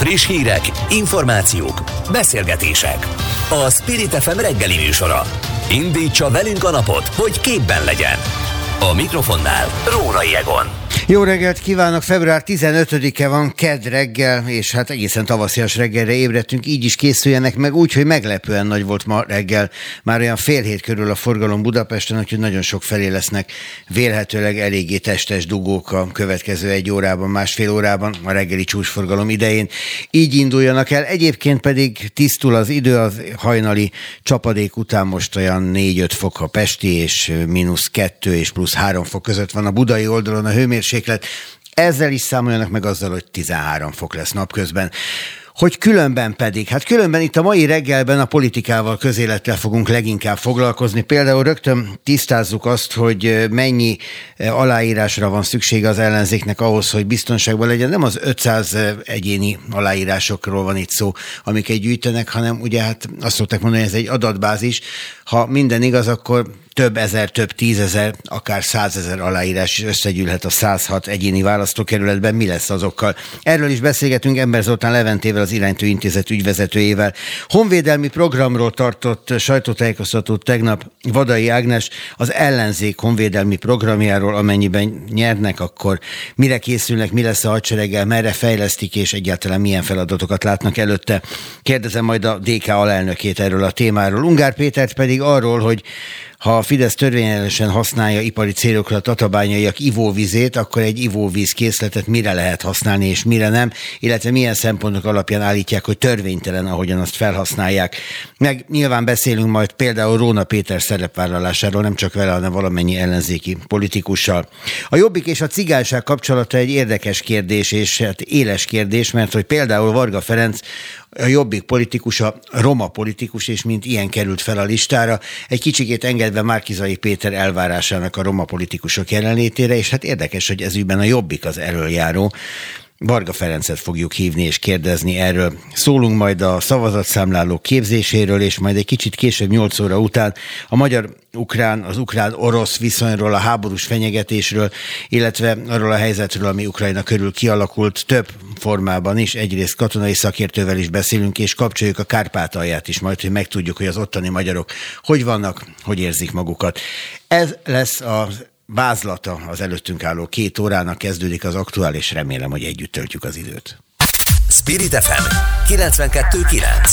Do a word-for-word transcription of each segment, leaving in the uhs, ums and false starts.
Friss hírek, információk, beszélgetések. A Spirit ef em reggeli műsora. Indítsa velünk a napot, hogy képben legyen. A mikrofonnál Rónai Egon. Jó reggelt kívánok! február tizenötödike van, kedd reggel, és hát egészen tavaszias reggelre ébredtünk, így is készüljenek meg úgy, hogy meglepően nagy volt ma reggel, már olyan fél hét körül a forgalom Budapesten, úgyhogy nagyon sok felé lesznek vélhetőleg eléggé testes dugók a következő egy órában, másfél órában, a reggeli csúcsforgalom idején. Így induljanak el, egyébként pedig tisztul az idő, az hajnali csapadék után most olyan négy-öt fok a pesti, és mínusz kettő és plusz három fok között van a budai oldalon a hőmérséklet. Ezzel is számoljanak meg azzal, hogy tizenhárom fok lesz napközben. Hogy különben pedig, hát különben itt a mai reggelben a politikával, közélettel fogunk leginkább foglalkozni. Például rögtön tisztázzuk azt, hogy mennyi aláírásra van szüksége az ellenzéknek ahhoz, hogy biztonságban legyen. Nem az ötszáz egyéni aláírásokról van itt szó, amiket gyűjtenek, hanem ugye hát azt szokták mondani, hogy ez egy adatbázis. Ha minden igaz, akkor több ezer, több tízezer, akár százezer aláírás is összegyűlhet a száz hat egyéni választókerületben. Mi lesz azokkal? Erről is beszélgetünk Ember Zoltán Leventével, az Iránytű Intézet ügyvezetőjével. Honvédelmi programról tartott sajtótájékoztatót tegnap Vadai Ágnes az ellenzék honvédelmi programjáról, amennyiben nyernek, akkor mire készülnek, mi lesz a hadsereggel, merre fejlesztik, és egyáltalán milyen feladatokat látnak előtte. Kérdezem majd a dé ká alelnökét erről a témáról. Ungár Pétert pedig arról, hogy ha a Fidesz törvényellenesen használja ipari célokra a tatabányaiak ivóvizét, akkor egy ivóvíz készletet mire lehet használni és mire nem, illetve milyen szempontok alapján állítják, hogy törvénytelen, ahogyan azt felhasználják. Meg nyilván beszélünk majd például Róna Péter szerepvállalásáról, nem csak vele, hanem valamennyi ellenzéki politikussal. A Jobbik és a cigányság kapcsolata egy érdekes kérdés, és hát éles kérdés, mert hogy például Varga Ferenc, a Jobbik politikusa, roma politikus, és mint ilyen került fel a listára, egy kicsikét engedve Márki-Zay Péter elvárásának a roma politikusok jelenlétére, és hát érdekes, hogy ez ügyben a Jobbik az elöljáró. Varga Ferencet fogjuk hívni és kérdezni erről. Szólunk majd a szavazatszámlálók képzéséről, és majd egy kicsit később nyolc óra után a magyar-ukrán, az ukrán-orosz viszonyról, a háborús fenyegetésről, illetve arról a helyzetről, ami Ukrajna körül kialakult több formában is. Egyrészt katonai szakértővel is beszélünk, és kapcsoljuk a Kárpátalját is majd, hogy megtudjuk, hogy az ottani magyarok hogy vannak, hogy érzik magukat. Ez lesz az vázlata az előttünk álló két órának, kezdődik az aktuál, és remélem, hogy együtt töltjük az időt. Spirit ef em kilencvenkettő kilenc.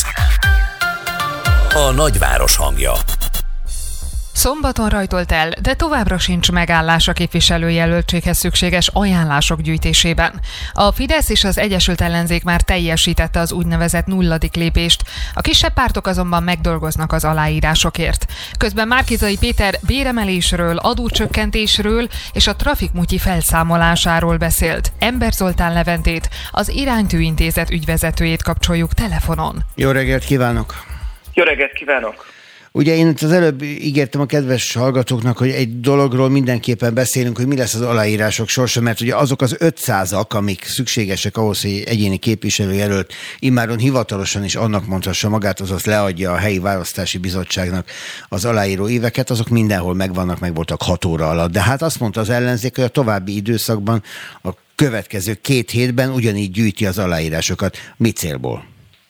A nagyváros hangja. Szombaton rajtolt el, de továbbra sincs megállás a képviselőjelöltséghez szükséges ajánlások gyűjtésében. A Fidesz és az Egyesült Ellenzék már teljesítette az úgynevezett nulladik lépést, a kisebb pártok azonban megdolgoznak az aláírásokért. Közben Márki-Zay Péter béremelésről, adócsökkentésről és a trafikmutyi felszámolásáról beszélt. Ember Zoltán Leventét, az Iránytű Intézet ügyvezetőjét kapcsoljuk telefonon. Jó reggelt kívánok! Jó reggelt kívánok! Ugye én az előbb ígértem a kedves hallgatóknak, hogy egy dologról mindenképpen beszélünk, hogy mi lesz az aláírások sorsa, mert ugye azok az ötszázak, amik szükségesek ahhoz, hogy egy egyéni képviselőjelölt immáron hivatalosan is annak mondhassa magát, azaz leadja a helyi választási bizottságnak az aláíró éveket, azok mindenhol megvannak, meg voltak hat óra alatt. De hát azt mondta az ellenzék, hogy a további időszakban, a következő két hétben ugyanígy gyűjti az aláírásokat. Mi célból?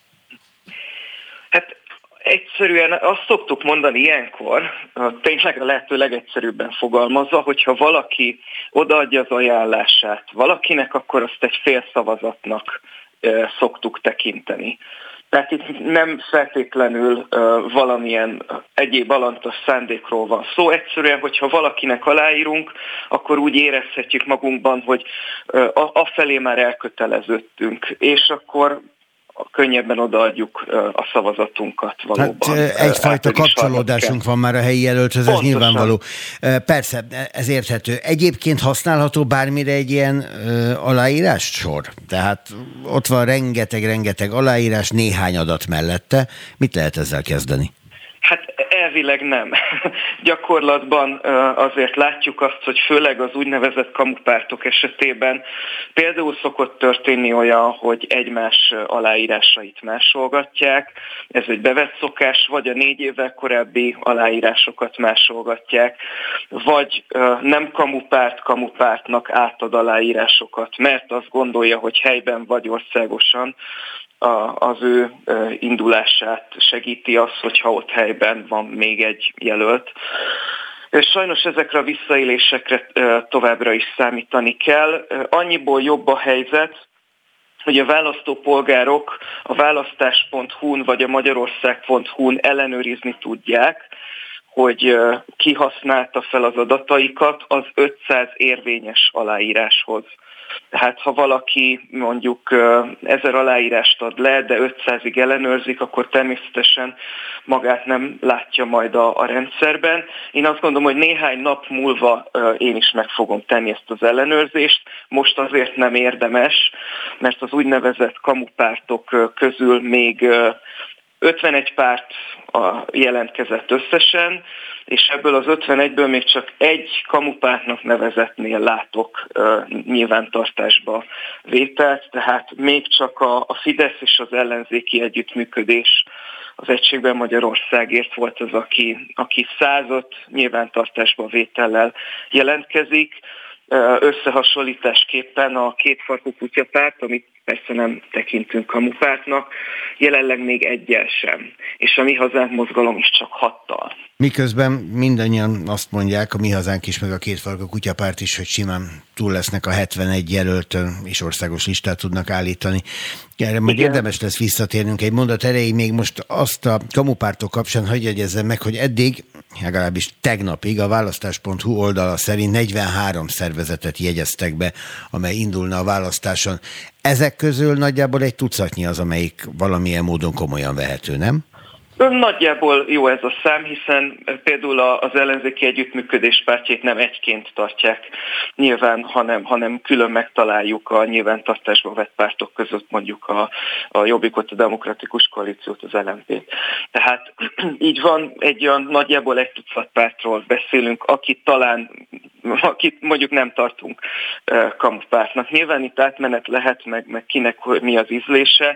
Egyszerűen azt szoktuk mondani ilyenkor, tényleg a lehető legegyszerűbben fogalmazva, hogyha valaki odaadja az ajánlását valakinek, akkor azt egy fél szavazatnak e, szoktuk tekinteni. Tehát itt nem feltétlenül e, valamilyen egyéb alantas szándékról van szó. Egyszerűen, hogyha valakinek aláírunk, akkor úgy érezhetjük magunkban, hogy e, afelé már elköteleződtünk, és akkor könnyebben odaadjuk a szavazatunkat valóban. Hát egyfajta kapcsolódásunk van már a helyi jelölthöz, ez nyilvánvaló. Persze, ez érthető. Egyébként használható bármire egy ilyen aláírás sor? Tehát ott van rengeteg-rengeteg aláírás, néhány adat mellette. Mit lehet ezzel kezdeni? Hát Elvileg nem. Gyakorlatban azért látjuk azt, hogy főleg az úgynevezett kamupártok esetében például szokott történni olyan, hogy egymás aláírásait másolgatják. Ez egy bevett szokás, vagy a négy évvel korábbi aláírásokat másolgatják, vagy nem kamupárt kamupártnak átad aláírásokat, mert azt gondolja, hogy helyben vagy országosan az ő indulását segíti az, hogyha ott helyben van még egy jelölt. Sajnos ezekre a visszaélésekre továbbra is számítani kell. Annyiból jobb a helyzet, hogy a választópolgárok a választás pont hu-n vagy a magyarország pont hu-n ellenőrizni tudják, hogy ki használta fel az adataikat az ötszáz érvényes aláíráshoz. Tehát ha valaki mondjuk ezer aláírást ad le, de ötszázig ellenőrzik, akkor természetesen magát nem látja majd a, a rendszerben. Én azt gondolom, hogy néhány nap múlva én is meg fogom tenni ezt az ellenőrzést. Most azért nem érdemes, mert az úgynevezett kamupártok közül még ötvenegy párt jelentkezett összesen, és ebből az ötvenegyből még csak egy kamupártnak nevezettnél látok uh, nyilvántartásba vételt, tehát még csak a, a Fidesz és az ellenzéki együttműködés az Egységben Magyarországért volt az, aki, aki százat nyilvántartásba vétellel jelentkezik. Összehasonlításképpen a kétfarkú kutyapárt, amit persze nem tekintünk kamupártnak, jelenleg még egyel sem. És a Mi Hazánk mozgalom is csak hattal. Miközben mindannyian azt mondják, a Mi Hazánk is, meg a kétfarkú kutyapárt is, hogy simán túl lesznek a hetvenegy jelöltön, és országos listát tudnak állítani. Erre majd érdemes lesz visszatérnünk egy mondat erejéig, még most azt a kamupártok kapcsán hagyj jegyezzem meg, hogy eddig, legalábbis tegnapig a választás pont hu oldala szerint negyvenhárom szervezetet jegyeztek be, amely indulna a választáson. Ezek közül nagyjából egy tucatnyi az, amelyik valamilyen módon komolyan vehető, nem? Nagyjából jó ez a szám, hiszen például az ellenzéki együttműködés pártjait nem egyként tartják nyilván, hanem, hanem külön megtaláljuk a nyilvántartásba vett pártok között mondjuk a, a Jobbikot, a Demokratikus Koalíciót, az el em pét. Tehát így van, egy olyan nagyjából egy tucat pártról beszélünk, akit talán, akit mondjuk nem tartunk kamupártnak. Nyilván itt átmenet lehet, meg, meg kinek mi az ízlése,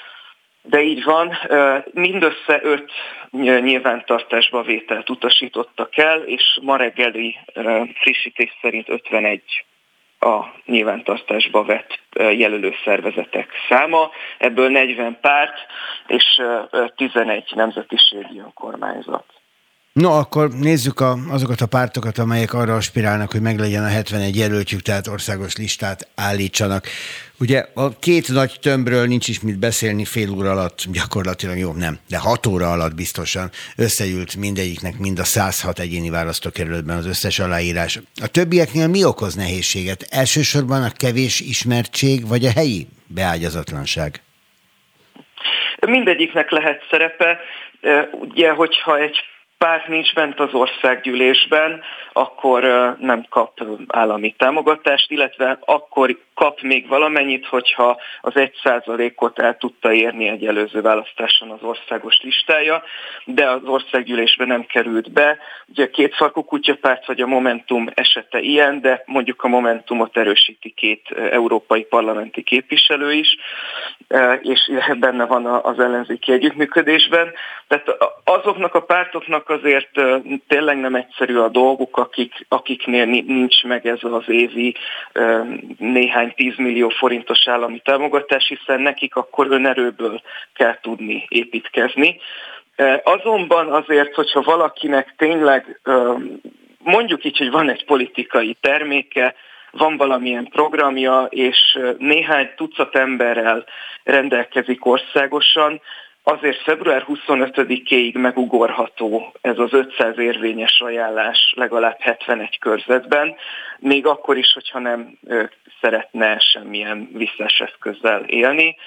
de így van, mindössze öt nyilvántartásba vételt utasítottak el, és ma reggeli frissítés szerint ötvenegy a nyilvántartásba vett jelölő szervezetek száma, ebből negyven párt és tizenegy nemzetiségi önkormányzat. No, akkor nézzük a, azokat a pártokat, amelyek arra aspirálnak, hogy meglegyen a hetvenegy jelöltjük, tehát országos listát állítsanak. Ugye a két nagy tömbről nincs is mit beszélni fél óra alatt, gyakorlatilag jó, nem, de hat óra alatt biztosan összeült mindegyiknek mind a száz hat egyéni választókerületben az összes aláírás. A többieknél mi okoz nehézséget? Elsősorban a kevés ismertség, vagy a helyi beágyazatlanság? Mindegyiknek lehet szerepe. Ugye, hogyha egy párt nincs bent az országgyűlésben, akkor nem kap állami támogatást, illetve akkor kap még valamennyit, hogyha az egy százalékot el tudta érni egy előző választáson az országos listája, de az országgyűlésben nem került be. Ugye a kétfarkú kutyapárt vagy a Momentum esete ilyen, de mondjuk a Momentumot erősíti két európai parlamenti képviselő is, és benne van az ellenzéki együttműködésben. Tehát azoknak a pártoknak azért tényleg nem egyszerű a dolguk, akik, akiknél nincs meg ez az évi néhány tízmillió forintos állami támogatás, hiszen nekik akkor önerőből kell tudni építkezni. Azonban azért, hogyha valakinek tényleg mondjuk így, hogy van egy politikai terméke, van valamilyen programja, és néhány tucat emberrel rendelkezik országosan, azért február huszonötödikéig megugorható ez az ötszáz érvényes ajánlás legalább hetvenegy körzetben, még akkor is, hogyha nem szeretne semmilyen visszás eszközzel élni.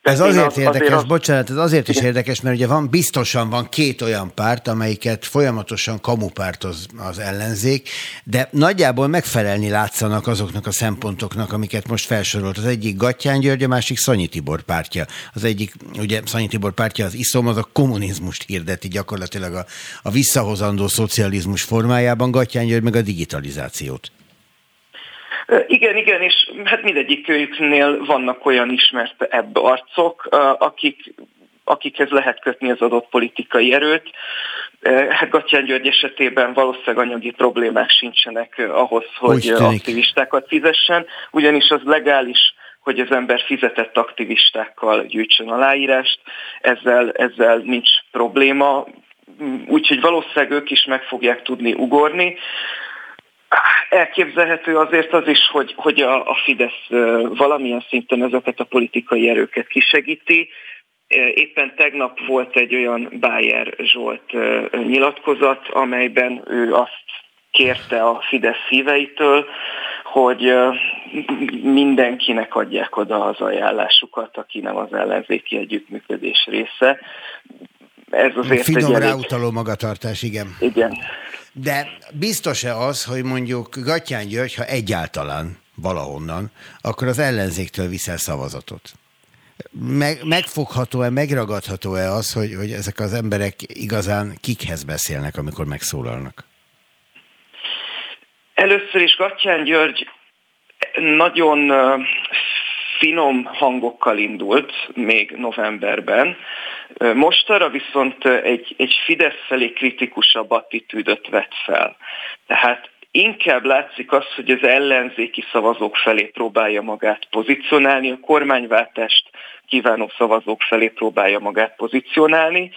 Ez azért az, érdekes, azért az... bocsánat, ez azért is érdekes, mert ugye van, biztosan van két olyan párt, amelyiket folyamatosan kamupártoz az ellenzék, de nagyjából megfelelni látszanak azoknak a szempontoknak, amiket most felsorolt. Az egyik Gattyán György, a másik Szanyi Tibor pártja. Az egyik, ugye Szanyi Tibor pártja az iszom, az a kommunizmust hirdeti gyakorlatilag a, a visszahozandó szocializmus formájában, Gattyán György meg a digitalizációt. Igen, igen, és hát mindegyikőjüknél vannak olyan ismert ebb arcok, akik, akikhez lehet kötni az adott politikai erőt. Hát Gattyán György esetében valószínűleg anyagi problémák sincsenek ahhoz, hogy aktivistákat fizessen, ugyanis az legális, hogy az ember fizetett aktivistákkal gyűjtsön aláírást, ezzel, ezzel nincs probléma, úgyhogy valószínűleg ők is meg fogják tudni ugorni. Elképzelhető azért az is, hogy, hogy a, a Fidesz valamilyen szinten ezeket a politikai erőket kisegíti. Éppen tegnap volt egy olyan Bájer Zsolt nyilatkozat, amelyben ő azt kérte a Fidesz híveitől, hogy mindenkinek adják oda az ajánlásukat, aki nem az ellenzéki együttműködés része. Ez azért finom egy ráutaló magatartás, igen. Igen. De biztos-e az, hogy mondjuk Gattyán György, ha egyáltalán valahonnan, akkor az ellenzéktől viszel szavazatot? Meg, megfogható-e, megragadható-e az, hogy, hogy ezek az emberek igazán kikhez beszélnek, amikor megszólalnak? Először is Gattyán György nagyon finom hangokkal indult még novemberben. Mostanra viszont egy, egy Fidesz felé kritikusabb attitűdöt vett fel. Tehát inkább látszik az, hogy az ellenzéki szavazók felé próbálja magát pozícionálni, a kormányváltást kívánó szavazók felé próbálja magát pozícionálni,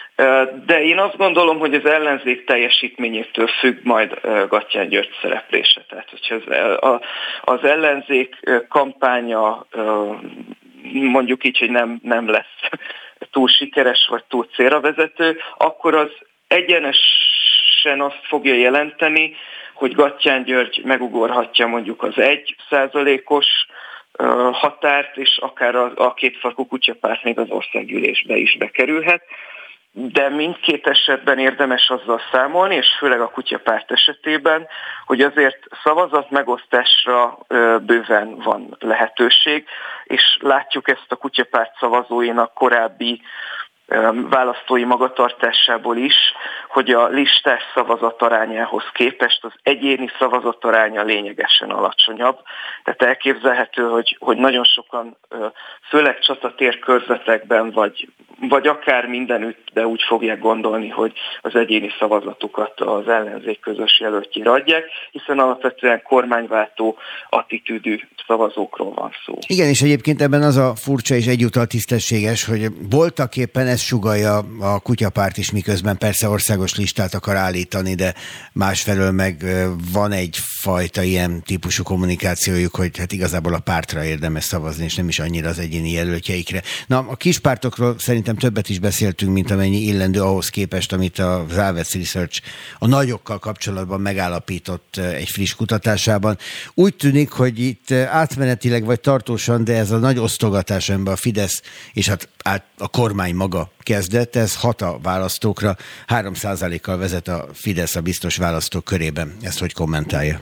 de én azt gondolom, hogy az ellenzék teljesítményétől függ majd Gattyán György szereplése. Tehát, hogyha az ellenzék kampánya mondjuk így, hogy nem, nem lesz túl sikeres vagy túl célra vezető, akkor az egyenesen azt fogja jelenteni, hogy Gattyán György megugorhatja mondjuk az egy százalékos határt, és akár a, a kétfarkú kutyapárt még az országgyűlésbe is bekerülhet. De mindkét esetben érdemes azzal számolni, és főleg a kutyapárt esetében, hogy azért szavazat megosztásra bőven van lehetőség, és látjuk ezt a kutyapárt szavazóinak korábbi választói magatartásából is, hogy a listás szavazatarányához képest az egyéni szavazataránya lényegesen alacsonyabb. Tehát elképzelhető, hogy, hogy nagyon sokan, főleg csatatér körzetekben, vagy, vagy akár mindenütt, de úgy fogják gondolni, hogy az egyéni szavazatukat az ellenzék közös jelöltjére adják, hiszen alapvetően kormányváltó attitűdű szavazókról van szó. Igen, és egyébként ebben az a furcsa és egyúttal tisztességes, hogy voltaképpen ez sugallja a kutyapárt is, miközben persze országos listát akar állítani, de másfelől meg van egyfajta ilyen típusú kommunikációjuk, hogy hát igazából a pártra érdemes szavazni, és nem is annyira az egyéni jelöltjeikre. Na, a kispártokról szerintem többet is beszéltünk, mint amennyi illendő ahhoz képest, amit a Závec Research a nagyokkal kapcsolatban megállapított egy friss kutatásában. Úgy tűnik, hogy itt átmenetileg vagy tartósan, de ez a nagy osztogatás, amiben a Fidesz és hát a kormány maga kezdett, ez hat a választókra, három százalékkal vezet a Fidesz a biztos választók körében. Ezt hogy kommentálja?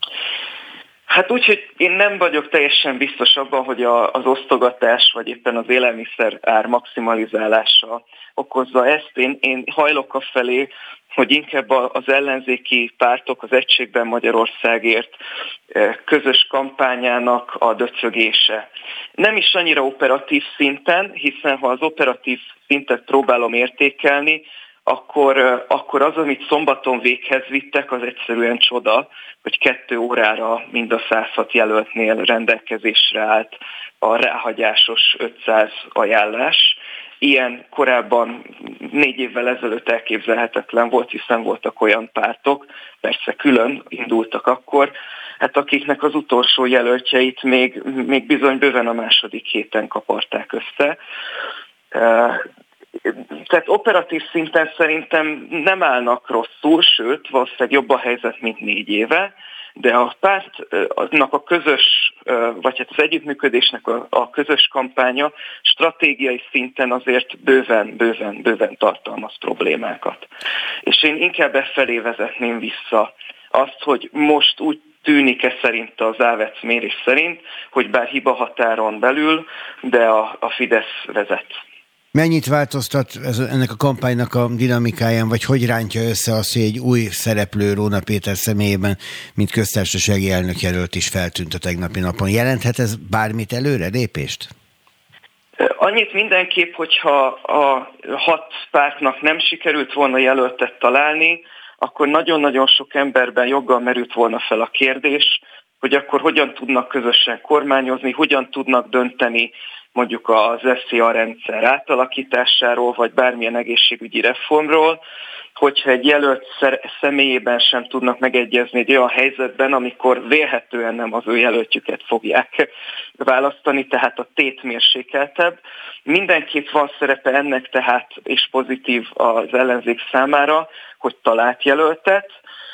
Hát úgy, hogy én nem vagyok teljesen biztos abban, hogy a, az osztogatás, vagy éppen az élelmiszer ár maximalizálása okozza ezt. Én, én hajlok a felé, hogy inkább az ellenzéki pártok az Egységben Magyarországért közös kampányának a döcögése. Nem is annyira operatív szinten, hiszen ha az operatív szintet próbálom értékelni, akkor, akkor az, amit szombaton véghez vittek, az egyszerűen csoda, hogy kettő órára mind a száz hat jelöltnél rendelkezésre állt a ráhagyásos ötszáz ajánlás. Ilyen korábban négy évvel ezelőtt elképzelhetetlen volt, hiszen voltak olyan pártok, persze külön indultak akkor, hát akiknek az utolsó jelöltjeit még, még bizony bőven a második héten kaparták össze. Tehát operatív szinten szerintem nem állnak rosszul, sőt, valószínűleg jobb a helyzet, mint négy éve, de a pártnak a közös, vagy hát az együttműködésnek a, a közös kampánya stratégiai szinten azért bőven, bőven, bőven tartalmaz problémákat. És én inkább befelé vezetném vissza azt, hogy most úgy tűnik-e szerint az Ávec mérés szerint, hogy bár hiba határon belül, de a, a Fidesz vezet. Mennyit változtat ez, ennek a kampánynak a dinamikáján, vagy hogy rántja össze azt, hogy egy új szereplő Róna Péter személyében, mint köztársasági elnökjelölt is feltűnt a tegnapi napon? Jelenthet ez bármit előre, lépést? Annyit mindenképp, hogyha a hat pártnak nem sikerült volna jelöltet találni, akkor nagyon-nagyon sok emberben joggal merült volna fel a kérdés, hogy akkor hogyan tudnak közösen kormányozni, hogyan tudnak dönteni mondjuk az es zé á rendszer átalakításáról, vagy bármilyen egészségügyi reformról, hogyha egy jelölt személyében sem tudnak megegyezni egy olyan helyzetben, amikor vélhetően nem az ő jelöltjüket fogják választani, tehát a tét mérsékeltebb. Mindenképp van szerepe ennek tehát, és pozitív az ellenzék számára, hogy talált jelöltet.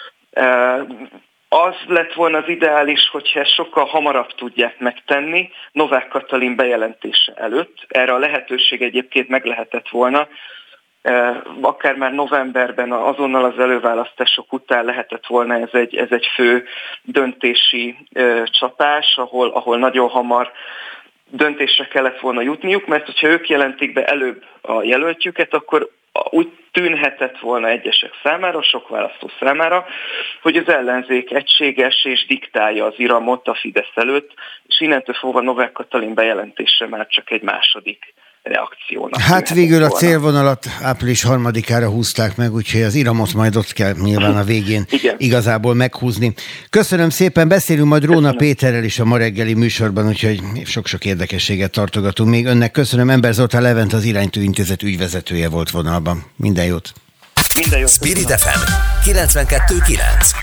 Az lett volna az ideális, hogyha ezt sokkal hamarabb tudják megtenni, Novák Katalin bejelentése előtt. Erre a lehetőség egyébként meg lehetett volna. Akár már novemberben, azonnal az előválasztások után lehetett volna ez egy, ez egy fő döntési csapás, ahol, ahol nagyon hamar döntésre kellett volna jutniuk, mert hogyha ők jelentik be előbb a jelöltjüket, akkor úgy tűnhetett volna egyesek számára, sok választó számára, hogy az ellenzék egységes és diktálja az iramot a Fidesz előtt, és innentől fogva Novák Katalin bejelentése már csak egy második reakciónak. Hát végül a célvonalat április harmadikára húzták meg, úgyhogy az iramot majd ott kell nyilván a végén igazából meghúzni. Köszönöm szépen, beszélünk majd Róna köszönöm. Péterrel is a ma reggeli műsorban, úgyhogy sok-sok érdekességet tartogatunk még önnek. Köszönöm, Ember Zoltán Levent, az Iránytű Intézet ügyvezetője volt vonalban. Minden jót! Minden jót! Spirit ef em kilencvenkettő kilenc.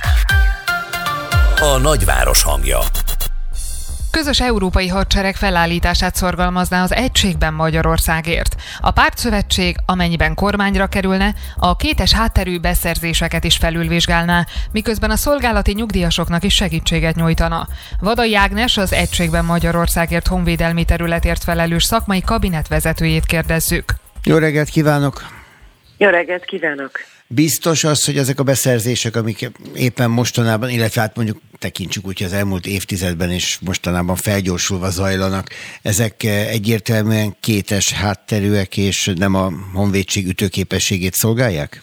A nagyváros hangja. Közös európai hadsereg felállítását szorgalmazná az Egységben Magyarországért. A pártszövetség, amennyiben kormányra kerülne, a kétes hátterű beszerzéseket is felülvizsgálná, miközben a szolgálati nyugdíjasoknak is segítséget nyújtana. Vadai Ágnes, az Egységben Magyarországért honvédelmi területért felelős szakmai kabinetvezetőjét kérdezzük. Jó reggelt kívánok! Jó reggelt kívánok! Biztos az, hogy ezek a beszerzések, amik éppen mostanában, illetve hát mondjuk tekintsük úgy, az elmúlt évtizedben és mostanában felgyorsulva zajlanak, ezek egyértelműen kétes hátterűek és nem a honvédség ütőképességét szolgálják?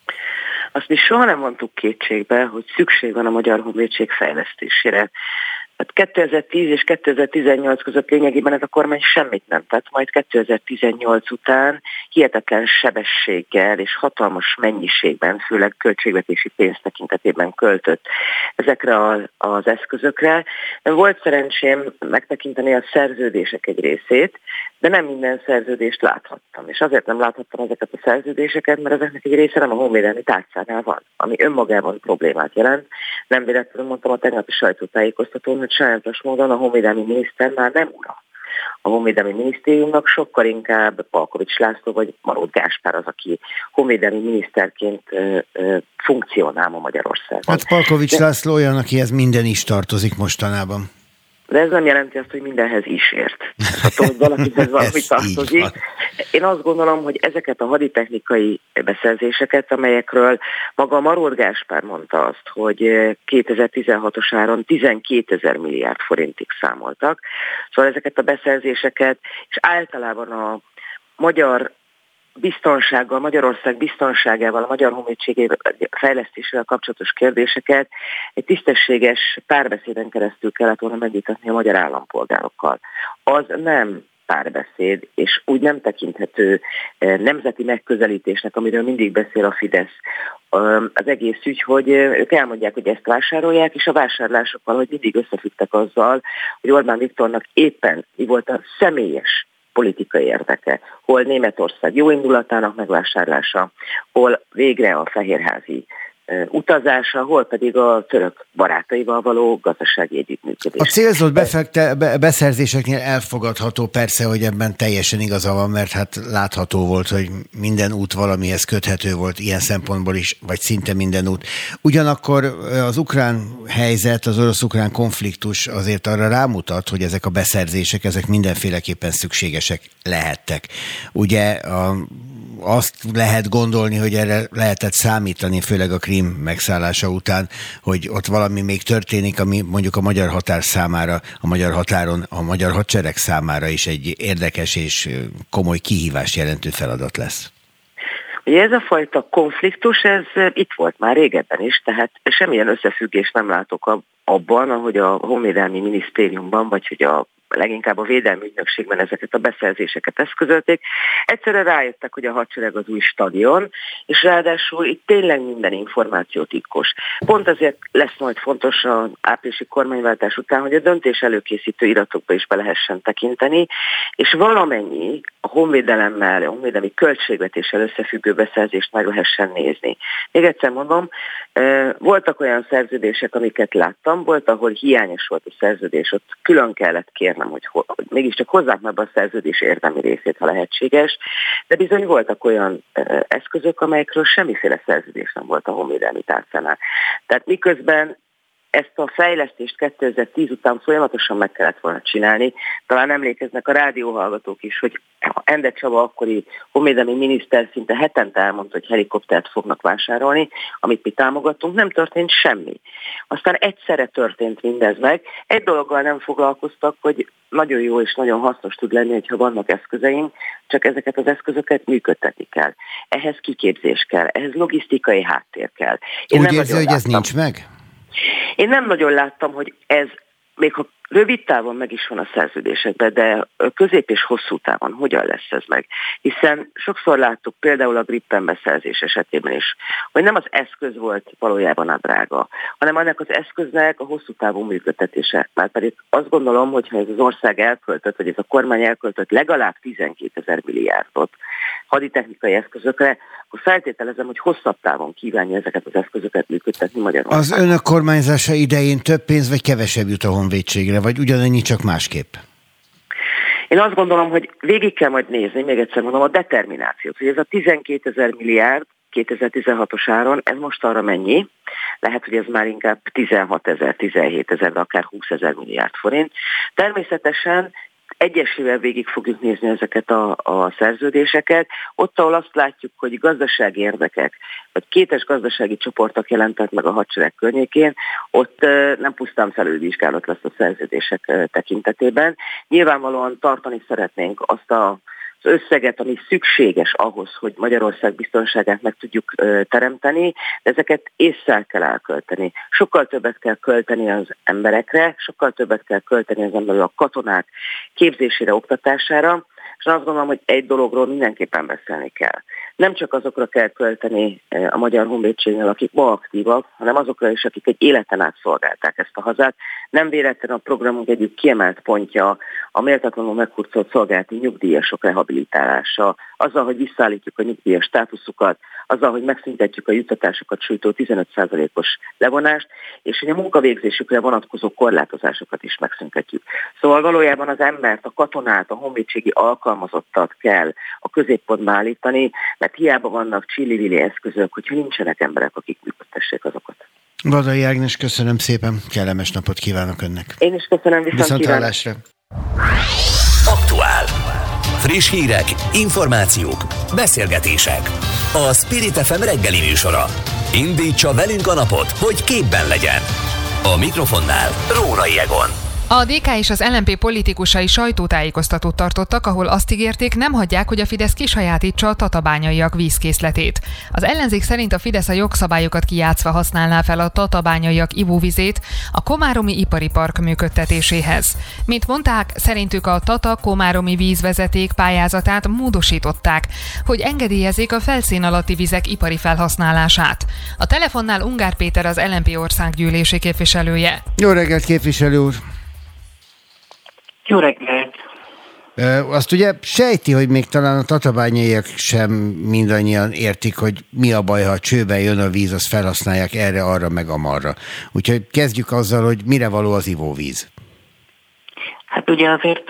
Azt mi soha nem mondtuk kétségbe, hogy szükség van a magyar honvédség fejlesztésére. Hát kétezer-tíz és kétezer-tizennyolc között lényegében ez a kormány semmit nem tett, majd kétezer-tizennyolc után hihetetlen sebességgel és hatalmas mennyiségben, főleg költségvetési pénz tekintetében költött ezekre az eszközökre. Volt szerencsém megtekinteni a szerződések egy részét, de nem minden szerződést láthattam. És azért nem láthattam ezeket a szerződéseket, mert ezeknek egy része nem a honvédelmi tárcánál van, ami önmagában problémát jelent. Nem véletlenül mondtam a tegnapi sajtótájékoztatón, hogy sajátos módon a honvédelmi miniszter már nem ura. A honvédelmi minisztériumnak sokkal inkább Palkovics László vagy Marót Gáspár az, aki honvédelmi miniszterként ö, ö, funkcionál ma Magyarországon. Hát Palkovics de... László olyan, akihez minden is tartozik mostanában. De ez nem jelenti azt, hogy mindenhez is ért. Attól, hogy valakihez valami tartozik. Én azt gondolom, hogy ezeket a haditechnikai beszerzéseket, amelyekről maga Marót Gáspár mondta azt, hogy kétezer-tizenhatos áron tizenkétezer milliárd forintig számoltak. Szóval ezeket a beszerzéseket, és általában a magyar biztonsággal, Magyarország biztonságával, a magyar honvédség fejlesztésével kapcsolatos kérdéseket egy tisztességes párbeszéden keresztül kellett volna megvitatni a magyar állampolgárokkal. Az nem párbeszéd, és úgy nem tekinthető nemzeti megközelítésnek, amiről mindig beszél a Fidesz. Az egész ügy, hogy ők elmondják, hogy ezt vásárolják, és a vásárlásokkal, hogy mindig összefüggtek azzal, hogy Orbán Viktornak éppen mi volt a személyes politikai érdeke, hol Németország jó indulatának megvásárlása, hol végre a fehérházi utazása, hol pedig a török barátaival való gazdasági együttműködés. A célzott befekte, be, beszerzéseknél elfogadható persze, hogy ebben teljesen igaza van, mert hát látható volt, hogy minden út valamihez köthető volt ilyen szempontból is, vagy szinte minden út. Ugyanakkor az ukrán helyzet, az orosz-ukrán konfliktus azért arra rámutat, hogy ezek a beszerzések, ezek mindenféleképpen szükségesek lehettek. Ugye a azt lehet gondolni, hogy erre lehetett számítani, főleg a Krím megszállása után, hogy ott valami még történik, ami mondjuk a magyar határ számára, a magyar határon, a magyar hadsereg számára is egy érdekes és komoly kihívás jelentő feladat lesz. Ugye ez a fajta konfliktus, ez itt volt már régebben is, tehát semmilyen összefüggést nem látok abban, ahogy a Honvédelmi Minisztériumban, vagy hogy a leginkább a Védelmi Ügynökségben ezeket a beszerzéseket eszközölték. Egyszerűen rájöttek, hogy a hadsereg az új stadion, és ráadásul itt tényleg minden információ titkos. Pont ezért lesz majd fontos az áprilisi kormányváltás után, hogy a döntés előkészítő iratokba is be lehessen tekinteni, és valamennyi a honvédelemmel, a honvédelmi költségvetéssel összefüggő beszerzést meg lehessen nézni. Még egyszer mondom, voltak olyan szerződések, amiket láttam, volt, ahol hiányos volt a szerződés, ott külön kellett kérnem, hogy, ho- hogy mégiscsak hozzák meg a szerződés érdemi részét, ha lehetséges, de bizony voltak olyan eszközök, amelyekről semmiféle szerződés nem volt a honvédelmi tárcánál. Tehát miközben ezt a fejlesztést kétezer-tíz után folyamatosan meg kellett volna csinálni. Talán emlékeznek a rádióhallgatók is, hogy Ende Csaba akkori honvédelmi miniszter szinte hetente elmondta, hogy helikoptert fognak vásárolni, amit mi támogattunk, nem történt semmi. Aztán egyszerre történt mindez meg. Egy dologgal nem foglalkoztak, hogy nagyon jó és nagyon hasznos tud lenni, hogyha vannak eszközeink, csak ezeket az eszközöket működtetni kell. Ehhez kiképzés kell, ehhez logisztikai háttér kell. Én Úgy érzi, hogy ez nincs meg? Én nem nagyon láttam, hogy ez, még ha rövid távon meg is van a szerződésekben, de közép és hosszú távon hogyan lesz ez meg? Hiszen sokszor láttuk például a Gripen beszerzés esetében is, hogy nem az eszköz volt valójában a drága, hanem ennek az eszköznek a hosszú távú működtetése. Már pedig azt gondolom, hogy ha ez az ország elköltött, vagy ez a kormány elköltött legalább tizenkétezer milliárdot haditechnikai eszközökre, akkor feltételezem, hogy hosszabb távon kívánja ezeket az eszközöket működtetni Magyarországon. Az önök kormányzása idején több pénz vagy kevesebb jut a honvédségre, vagy ugyanannyi, csak másképp? Én azt gondolom, hogy végig kell majd nézni, még egyszer mondom, a determinációt, hogy ez a tizenkétezer milliárd kétezer-tizenhatos áron, ez most arra mennyi? Lehet, hogy ez már inkább tizenhatezer, tizenhétezer, de akár húszezer milliárd forint. Természetesen egyesével végig fogjuk nézni ezeket a, a szerződéseket. Ott, ahol azt látjuk, hogy gazdasági érdekek, vagy kétes gazdasági csoportok jelentek meg a hadsereg környékén, ott nem pusztán felülvizsgálat lesz a szerződések tekintetében. Nyilvánvalóan tartani szeretnénk azt a az összeget, ami szükséges ahhoz, hogy Magyarország biztonságát meg tudjuk ö, teremteni, de ezeket ésszel kell elkölteni. Sokkal többet kell költeni az emberekre, sokkal többet kell költeni az emberekre, a katonák képzésére, oktatására, és azt gondolom, hogy egy dologról mindenképpen beszélni kell. Nem csak azokra kell költeni a Magyar Honvédségnél, akik ma aktívak, hanem azokra is, akik egy életen át szolgálták ezt a hazát. Nem véletlenül a programunk egyik kiemelt pontja a méltatlanul meghurcolt szolgálati nyugdíjasok rehabilitálása, azzal, hogy visszaállítjuk a nyugdíjas státuszukat, azzal, hogy megszüntetjük a juttatásokat sújtó tizenöt százalékos levonást, és hogy a munkavégzésükre vonatkozó korlátozásokat is megszüntetjük. Szóval valójában az embert, a katonát, a honvédségi alkalmazottat kell a középpontba állítani, mert hiába vannak csillivili eszközök, hogyha nincsenek emberek, akik működtessék azokat. Vadai Ágnes, köszönöm szépen, kellemes napot kívánok önnek. Én is köszönöm, viszont, viszont hallásra. Aktuál. Friss hírek, információk, beszélgetések. A Spirit ef em reggeli műsora. Indítsa velünk a napot, hogy képben legyen. A mikrofonnál Rórai Egon. A dé ká és az el en pé politikusai sajtótájékoztatót tartottak, ahol azt ígérték, nem hagyják, hogy a Fidesz kisajátítsa a tatabányaiak vízkészletét. Az ellenzék szerint a Fidesz a jogszabályokat kijátszva használná fel a tatabányaiak ivóvizét a komáromi ipari park működtetéséhez. Mint mondták, szerintük a Tata-Komáromi vízvezeték pályázatát módosították, hogy engedélyezzék a felszín alatti vizek ipari felhasználását. A telefonnál Ungár Péter, az el en pé országgyűlési képviselője. Jó reggelt, képviselő úr! Jó reggelt! Azt ugye sejti, hogy még talán a tatabányaiak sem mindannyian értik, hogy mi a baj, ha a csőben jön a víz, azt felhasználják erre, arra, meg amarra. Úgyhogy kezdjük azzal, hogy mire való az ivóvíz. Hát ugye azért,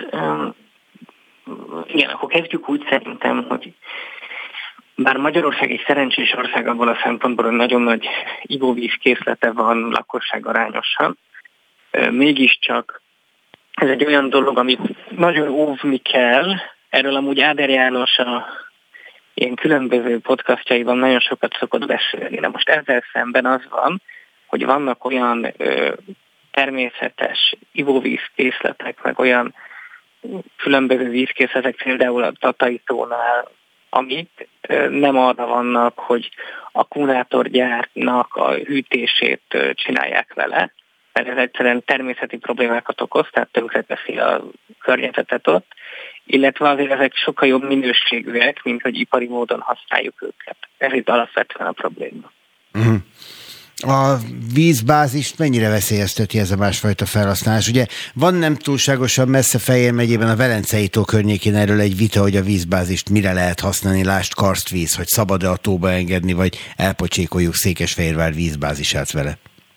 igen, akkor kezdjük úgy szerintem, hogy bár Magyarország egy szerencsés ország abban a szempontból, hogy nagyon nagy ivóvízkészlete van lakosság arányosan, mégiscsak ez egy olyan dolog, amit nagyon óvni kell. Erről amúgy Áder János a ilyen különböző podcastjaiban nagyon sokat szokott beszélni. De most ezzel szemben az van, hogy vannak olyan ö, természetes ivóvízkészletek, meg olyan különböző vízkészletek, például a Tatai-tónál, amik ö, nem arra vannak, hogy akkumulátorgyárnak a hűtését ö, csinálják vele, mert ez egyszerűen természeti problémákat okoz, tehát tönkreteszi a környezetet ott, illetve azért ezek sokkal jobb minőségűek, mint hogy ipari módon használjuk őket. Ez itt alapvetően a probléma. Uh-huh. A vízbázist mennyire veszélyezteti ez a másfajta felhasználás? Ugye van nem túlságosan messze Fejér megyében a Velencei tó környékén erről egy vita, hogy a vízbázist mire lehet használni, lásd karstvíz, hogy szabad-e a tóba engedni, vagy elpocsékoljuk Székesfehérvár vízbázisát vele.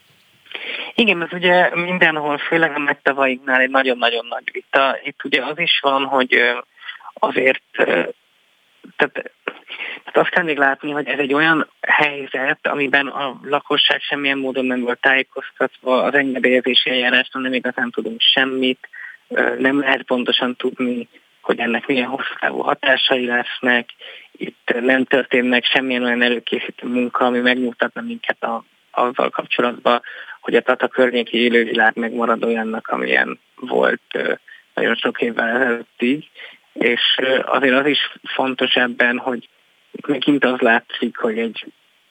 Igen, ez ugye mindenhol, főleg a megtavainknál egy nagyon-nagyon nagy vita. Itt ugye az is van, hogy azért, tehát, tehát azt kell még látni, hogy ez egy olyan helyzet, amiben a lakosság semmilyen módon nem volt tájékoztatva, az engedélyezési eljárásról nem igazán tudunk semmit, nem lehet pontosan tudni, hogy ennek milyen hosszú távú hatásai lesznek. Itt nem történnek semmilyen olyan előkészítő munka, ami megnyugtatna minket a, azzal kapcsolatban, hogy a Tata környéki élővilág megmarad olyannak, amilyen volt nagyon sok évvel ezelőttig, és azért az is fontos ebben, hogy megint az látszik, hogy egy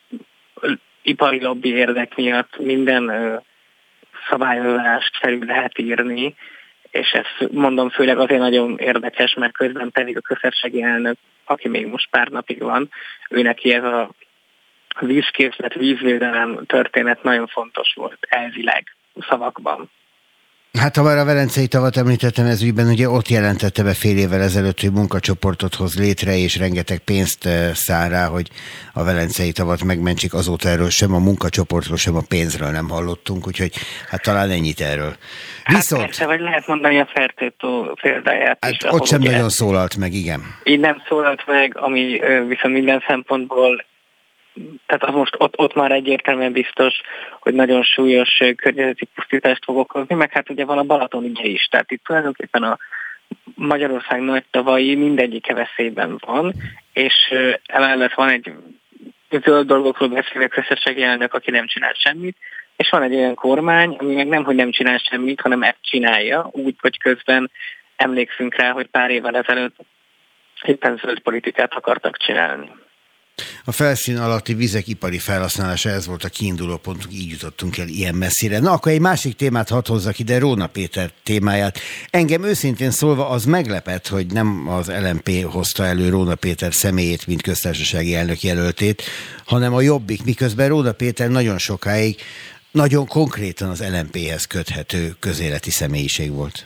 ipari lobby érdek miatt minden szabályozást felül lehet írni, és ezt mondom főleg azért nagyon érdekes, mert közben pedig a köztársasági elnök, aki még most pár napig van, ő neki ez a vízkészlet, vízvédelem történet nagyon fontos volt elvileg szavakban. Hát ha már a Velencei tavat említettem ez ügyben, ugye ott jelentette be fél évvel ezelőtt, hogy munkacsoportot hoz létre, és rengeteg pénzt száll rá, hogy a Velencei tavat megmentsik. Azóta erről sem a munkacsoportról, sem a pénzről nem hallottunk, úgyhogy hát talán ennyit erről. Viszont... Hát persze, vagy lehet mondani a Fertőtó példáját hát is. Ott sem ugye nagyon szólalt meg, igen. Így nem szólalt meg, ami viszont minden szempontból, tehát az most ott, ott már egyértelműen biztos, hogy nagyon súlyos környezeti pusztítást fog okozni, meg hát ugye van a Balaton ügye is, tehát itt tulajdonképpen a Magyarország nagy tavai mindegyike veszélyben van, és emellett van egy zöld dolgokról beszélő köztársasági elnök, aki nem csinál semmit, és van egy olyan kormány, ami meg nem, hogy nem csinál semmit, hanem ezt csinálja, úgy, hogy közben emlékszünk rá, hogy pár évvel ezelőtt éppen zöld politikát akartak csinálni. A felszín alatti vizek ipari felhasználása, ez volt a kiinduló pontunk, így jutottunk el ilyen messzire. Na, akkor egy másik témát hadd hozzak ide, Róna Péter témáját. Engem őszintén szólva az meglepett, hogy nem az el em pé hozta elő Róna Péter személyét, mint köztársasági elnök jelöltét, hanem a Jobbik, miközben Róna Péter nagyon sokáig nagyon konkrétan az el em péhez köthető közéleti személyiség volt.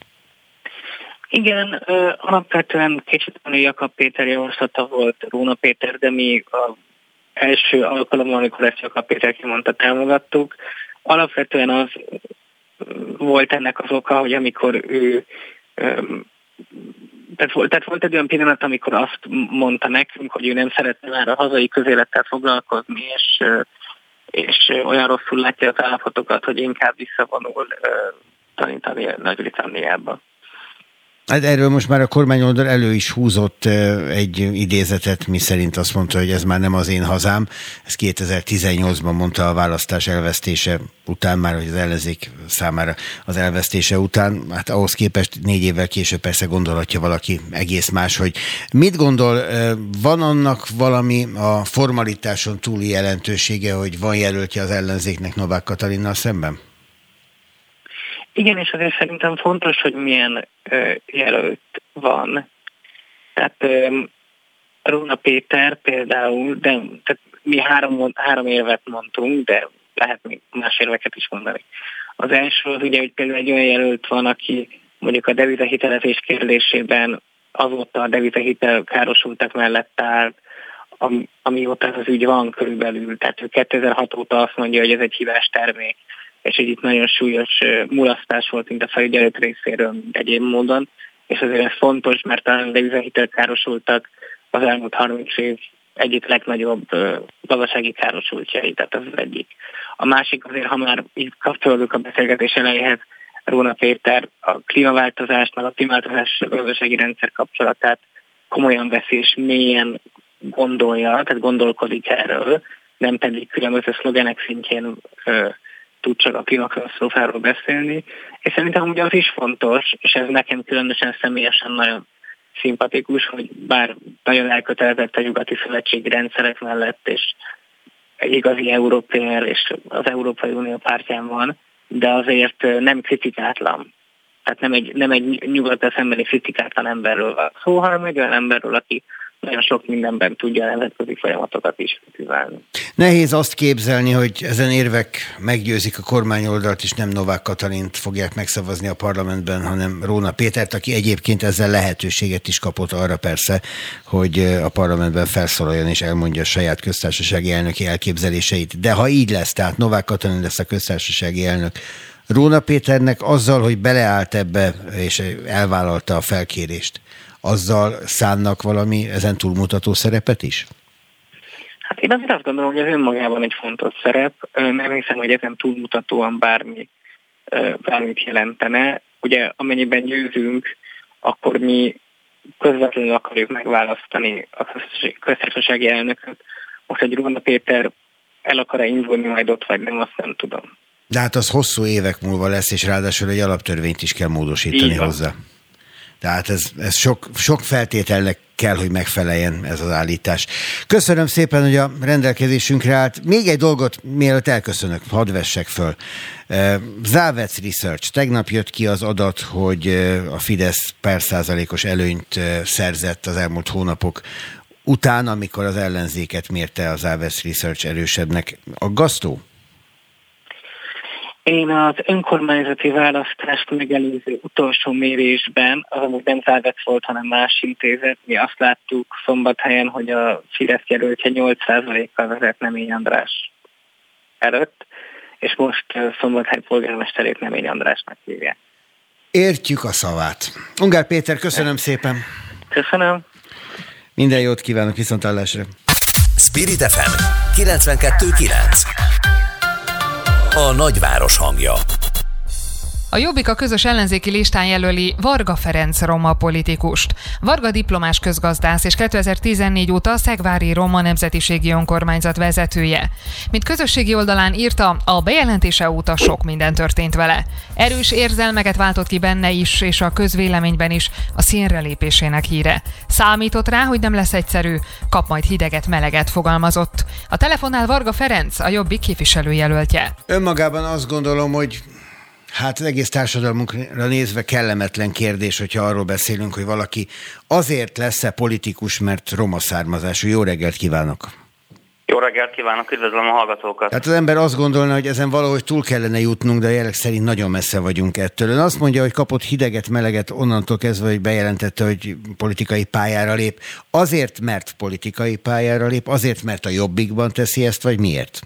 Igen, alapvetően kicsit a Jakab Péter javaslata volt Róna Péter, de mi az első alkalommal, amikor ezt Jakab Péter kimondta, támogattuk. Alapvetően az volt ennek az oka, hogy amikor ő, tehát volt, tehát volt egy olyan pillanat, amikor azt mondta nekünk, hogy ő nem szeretne már a hazai közélettel foglalkozni, és, és olyan rosszul látja az állapotokat, hogy inkább visszavonul tanítani Nagy-Britanniába. Hát erről most már a kormányoldal elő is húzott egy idézetet, mi szerint azt mondta, hogy ez már nem az én hazám. Ez kétezer-tizennyolcban mondta a választás elvesztése után, már hogy az ellenzék számára az elvesztése után. Hát ahhoz képest négy évvel később persze gondolhatja valaki egész más, hogy mit gondol, van annak valami a formalitáson túli jelentősége, hogy van jelöltje az ellenzéknek Novák Katalinnal szemben? Igen, és azért szerintem fontos, hogy milyen ö, jelölt van. Tehát ö, Róna Péter például, de tehát mi három, három érvet mondtunk, de lehet még más érveket is mondani. Az első az ugye, hogy például egy olyan jelölt van, aki mondjuk a devizahitelezés kérdésében azóta a devizahitel károsultak mellett állt, ami, amióta az ügy van körülbelül. Tehát ő kétezer-hat óta azt mondja, hogy ez egy hibás termék, és hogy itt nagyon súlyos mulasztás volt, mint a felügyelet részéről, mint egyéb módon, és azért ez fontos, mert a devizahitel károsultak az elmúlt harminc év egyik legnagyobb gazdasági károsultjai, tehát az az egyik. A másik azért, ha már így kapcsolódunk a beszélgetés elejéhez, Róna Péter a klímaváltozást, meg a klímaváltozás gazdasági rendszer kapcsolatát komolyan veszi és mélyen gondolja, tehát gondolkodik erről, nem pedig különböző szlogenek szintjén ö, tud csak a klímakatasztrófáról beszélni. És szerintem ugye az is fontos, és ez nekem különösen személyesen nagyon szimpatikus, hogy bár nagyon elkötelezett a nyugati szövetségi rendszerek mellett, és egy igazi európai és az Európai Unió pártján van, de azért nem kritikátlan. Tehát nem egy, nem egy nyugattal szembeni kritikátlan emberről van szó, hanem egy olyan emberről, aki nagyon sok mindenben tudja a nemzetközi folyamatokat is kritizálni. Nehéz azt képzelni, hogy ezen érvek meggyőzik a kormányoldalt, és nem Novák Katalint fogják megszavazni a parlamentben, hanem Róna Pétert, aki egyébként ezzel lehetőséget is kapott arra persze, hogy a parlamentben felszólaljon és elmondja a saját köztársasági elnöki elképzeléseit. De ha így lesz, tehát Novák Katalin lesz a köztársasági elnök, Róna Péternek azzal, hogy beleállt ebbe és elvállalta a felkérést, azzal szánnak valami ezen túlmutató szerepet is? Hát én azért azt gondolom, hogy ez önmagában egy fontos szerep. Nem hiszem, hogy ezen túlmutatóan bármi, bármit jelentene. Ugye amennyiben győzünk, akkor mi közvetlenül akarjuk megválasztani a köztársasági elnököt. Most egy Róna Péter el akar-e indulni majd ott, vagy nem, azt nem tudom. De hát az hosszú évek múlva lesz, és ráadásul egy alaptörvényt is kell módosítani hozzá. Tehát ez, ez sok, sok feltételnek kell, hogy megfeleljen ez az állítás. Köszönöm szépen, hogy a rendelkezésünkre állt. Még egy dolgot, mielőtt elköszönök, hadd vessek föl. Závec Research. Tegnap jött ki az adat, hogy a Fidesz pár százalékos előnyt szerzett az elmúlt hónapok után, amikor az ellenzéket mérte a Závec Research erősebbnek. Aggasztó? Én az önkormányzati választást megelőző utolsó mérésben, az amúgy nem Závec volt, hanem más intézet, mi azt láttuk Szombathelyen, hogy a Fidesz jelöltje nyolc százalékkal vezet Nemény András előtt, és most Szombathely polgármesterét Nemény Andrásnak hívják. Értjük a szavát. Ungár Péter, köszönöm szépen. Köszönöm. Minden jót kívánok, viszonthallásra. Spirit ef em kilencvenkettő kilenc. A nagyváros hangja. A Jobbik a közös ellenzéki listán jelöli Varga Ferenc roma politikust. Varga diplomás közgazdász és kétezer-tizennégy óta a Szegvári Roma Nemzetiségi Önkormányzat vezetője. Mint közösségi oldalán írta, a bejelentése óta sok minden történt vele. Erős érzelmeket váltott ki benne is, és a közvéleményben is a színre lépésének híre. Számított rá, hogy nem lesz egyszerű, kap majd hideget, meleget, fogalmazott. A telefonnál Varga Ferenc, a Jobbik képviselőjelöltje. Önmagában azt gondolom, hogy hát az egész társadalmunkra nézve kellemetlen kérdés, hogyha arról beszélünk, hogy valaki azért lesz-e politikus, mert roma származású. Jó reggelt kívánok! Jó reggelt kívánok, üdvözlöm a hallgatókat! Tehát az ember azt gondolna, hogy ezen valahogy túl kellene jutnunk, de a jelek szerint nagyon messze vagyunk ettől. Ön azt mondja, hogy kapott hideget, meleget onnantól kezdve, hogy bejelentette, hogy politikai pályára lép. Azért, mert politikai pályára lép, azért, mert a Jobbikban teszi ezt, vagy miért?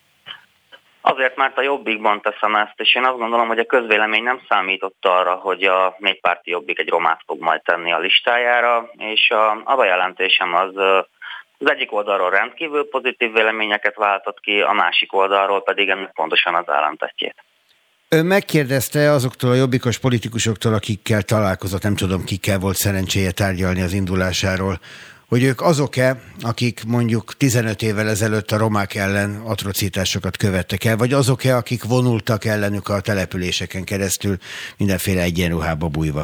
Azért, mert a Jobbikban teszem ezt, és én azt gondolom, hogy a közvélemény nem számított arra, hogy a néppárti Jobbik egy romát fog majd tenni a listájára, és a, a bejelentésem az az egyik oldalról rendkívül pozitív véleményeket váltott ki, a másik oldalról pedig ennek pontosan az ellentetjét. Ön megkérdezte azoktól a jobbikos politikusoktól, akikkel találkozott, nem tudom, kikkel volt szerencséje tárgyalni az indulásáról, hogy ők azok-e, akik mondjuk tizenöt évvel ezelőtt a romák ellen atrocitásokat követtek el, vagy azok-e, akik vonultak ellenük a településeken keresztül mindenféle egyenruhába bújva?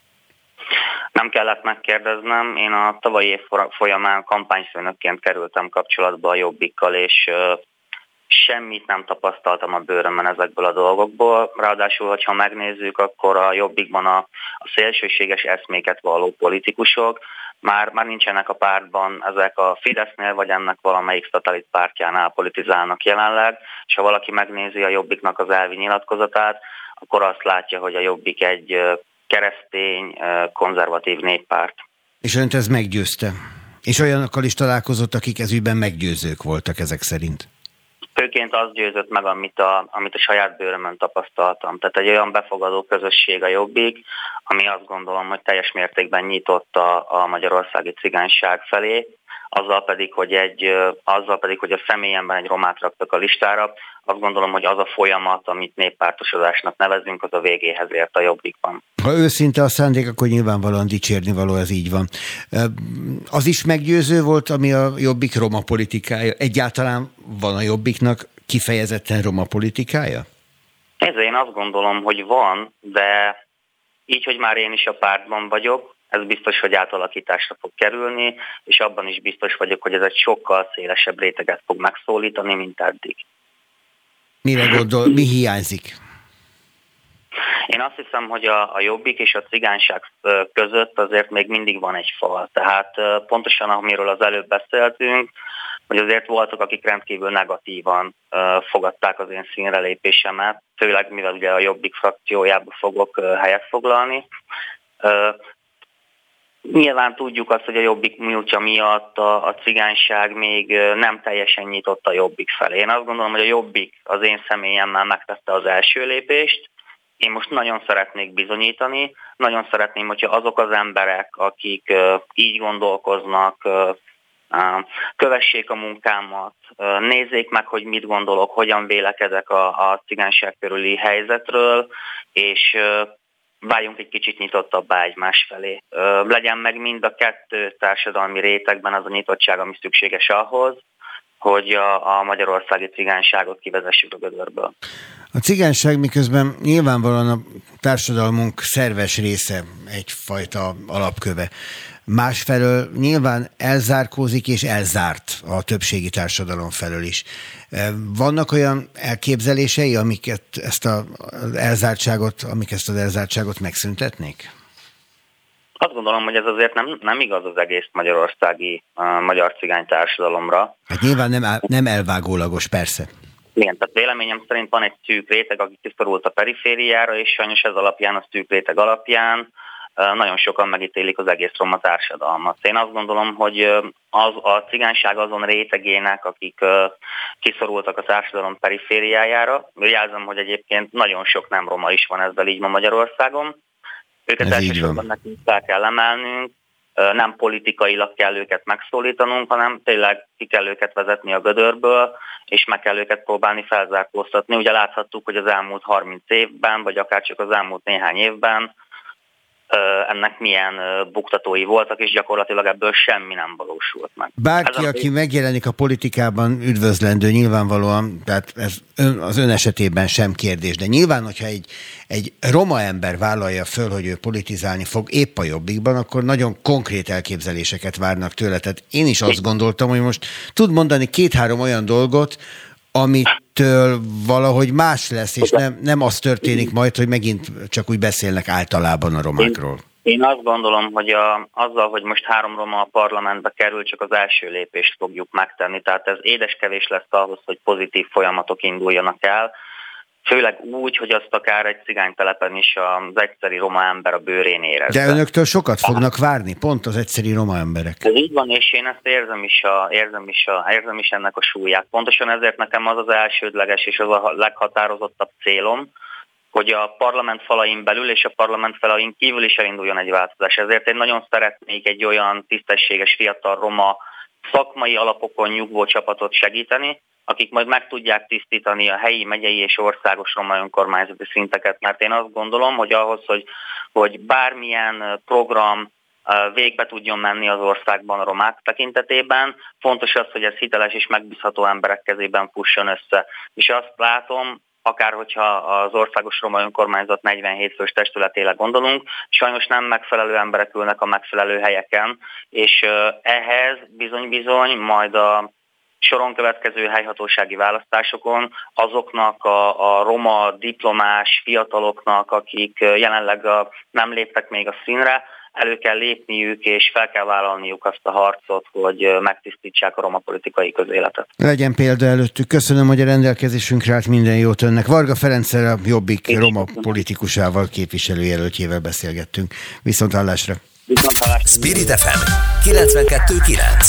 Nem kellett megkérdeznem, én a tavalyi év folyamán kampányfőnökként kerültem kapcsolatba a Jobbikkal, és semmit nem tapasztaltam a bőrömben ezekből a dolgokból. Ráadásul, hogyha megnézzük, akkor a Jobbikban a, a szélsőséges eszméket valló politikusok már, már nincsenek a pártban, ezek a Fidesznél vagy ennek valamelyik szatellit pártjánál politizálnak jelenleg, és ha valaki megnézi a Jobbiknak az elvi nyilatkozatát, akkor azt látja, hogy a Jobbik egy keresztény, konzervatív néppárt. És önt ez meggyőzte? És olyanokkal is találkozott, akik ezügyben meggyőzők voltak ezek szerint? Főként az győzött meg, amit a, amit a saját bőrömön tapasztaltam. Tehát egy olyan befogadó közösség a Jobbik, ami azt gondolom, hogy teljes mértékben nyitott a, a magyarországi cigányság felé, azzal pedig, hogy egy, azzal pedig, hogy a személyemben egy romát raktak a listára, azt gondolom, hogy az a folyamat, amit néppártosodásnak nevezünk, az a végéhez ért a Jobbikban. Ha őszinte a szándék, akkor nyilvánvalóan dicsérni való, ez így van. Az is meggyőző volt, ami a Jobbik roma politikája? Egyáltalán van a Jobbiknak kifejezetten roma politikája? Ezzel én azt gondolom, hogy van, de így, hogy már én is a pártban vagyok, ez biztos, hogy átalakításra fog kerülni, és abban is biztos vagyok, hogy ez egy sokkal szélesebb réteget fog megszólítani, mint eddig. Mire gondol, mi hiányzik? Én azt hiszem, hogy a, a Jobbik és a cigányság között azért még mindig van egy fal. Tehát pontosan, amiről az előbb beszéltünk, hogy azért voltak, akik rendkívül negatívan uh, fogadták az én színre lépésemet, főleg mivel ugye a Jobbik frakciójába fogok uh, helyet foglalni. Uh, Nyilván tudjuk azt, hogy a Jobbik múltja miatt a, a cigányság még nem teljesen nyitott a Jobbik felé. Én azt gondolom, hogy a Jobbik az én személyemmel megtette az első lépést. Én most nagyon szeretnék bizonyítani, nagyon szeretném, hogyha azok az emberek, akik uh, így gondolkoznak, uh, uh, kövessék a munkámat, uh, nézzék meg, hogy mit gondolok, hogyan vélekedek a, a cigányság körüli helyzetről, és uh, váljunk egy kicsit nyitottabbá egymás felé. Legyen meg mind a kettő társadalmi rétegben az a nyitottság, ami szükséges ahhoz, hogy a, a magyarországi cigányságot kivezessük a gödörből. A cigányság miközben nyilvánvalóan a társadalmunk szerves része, egyfajta alapköve. Másfelől nyilván elzárkózik és elzárt a többségi társadalom felől is. Vannak olyan elképzelései, amiket ezt az elzártságot, amik ezt az elzártságot megszüntetnék? Azt gondolom, hogy ez azért nem, nem igaz az egész magyarországi uh, magyar cigány társadalomra. Hát nyilván nem, nem elvágólagos, persze. Igen, tehát véleményem szerint van egy szűk réteg, aki kiszorult a perifériára, és sajnos ez alapján, a szűk réteg alapján nagyon sokan megítélik az egész roma társadalmat. Én azt gondolom, hogy az, a cigányság azon rétegének, akik kiszorultak a társadalom perifériájára, jelzem, hogy egyébként nagyon sok nem roma is van ezzel így ma Magyarországon. Őket elsősorban nekünk fel kell emelnünk, nem politikailag kell őket megszólítanunk, hanem tényleg ki kell őket vezetni a gödörből, és meg kell őket próbálni felzárkóztatni. Ugye láthattuk, hogy az elmúlt harminc évben, vagy akár csak az elmúlt néhány évben ennek milyen buktatói voltak, és gyakorlatilag ebből semmi nem valósult meg. Bárki, ez aki a... megjelenik a politikában, üdvözlendő nyilvánvalóan, tehát ez ön, az ön esetében sem kérdés, de nyilván, hogyha egy, egy roma ember vállalja föl, hogy ő politizálni fog épp a Jobbikban, akkor nagyon konkrét elképzeléseket várnak tőle. Tehát én is azt gondoltam, hogy most tud mondani két-három olyan dolgot, amitől valahogy más lesz, és nem, nem az történik majd, hogy megint csak úgy beszélnek általában a romákról. Én, én azt gondolom, hogy a, azzal, hogy most három roma a parlamentbe kerül, csak az első lépést fogjuk megtenni. Tehát ez édeskevés lesz ahhoz, hogy pozitív folyamatok induljanak el. Főleg úgy, hogy azt akár egy cigánytelepen is az egyszeri roma ember a bőrén érezze. De önöktől sokat fognak várni, pont az egyszeri roma emberek. Ez így van, és én ezt érzem is, a, érzem, is a, érzem is ennek a súlyát. Pontosan ezért nekem az az elsődleges és az a leghatározottabb célom, hogy a parlament falain belül és a parlament falain kívül is elinduljon egy változás. Ezért én nagyon szeretnék egy olyan tisztességes fiatal roma szakmai alapokon nyugvó csapatot segíteni, akik majd meg tudják tisztítani a helyi, megyei és országos roma önkormányzati szinteket, mert én azt gondolom, hogy ahhoz, hogy, hogy bármilyen program végbe tudjon menni az országban a romák tekintetében, fontos az, hogy ez hiteles és megbízható emberek kezében fusson össze. És azt látom, akár hogyha az országos roma önkormányzat negyvenhét fős testületére gondolunk, sajnos nem megfelelő emberek ülnek a megfelelő helyeken, és ehhez bizony-bizony majd a soron következő helyhatósági választásokon azoknak a, a roma diplomás fiataloknak, akik jelenleg a, nem léptek még a színre, elő kell lépniük, és fel kell vállalniuk azt a harcot, hogy megtisztítsák a roma politikai közéletet. Legyen példa előttük. Köszönöm, hogy a rendelkezésünkre állt, minden jót önnek. Varga Ferenccel, a Jobbik és roma köszönöm. Politikusával, képviselőjelöltjével beszélgettünk. Viszonthallásra. Viszonthallásra. Spirit ef em kilencvenkettő kilenc.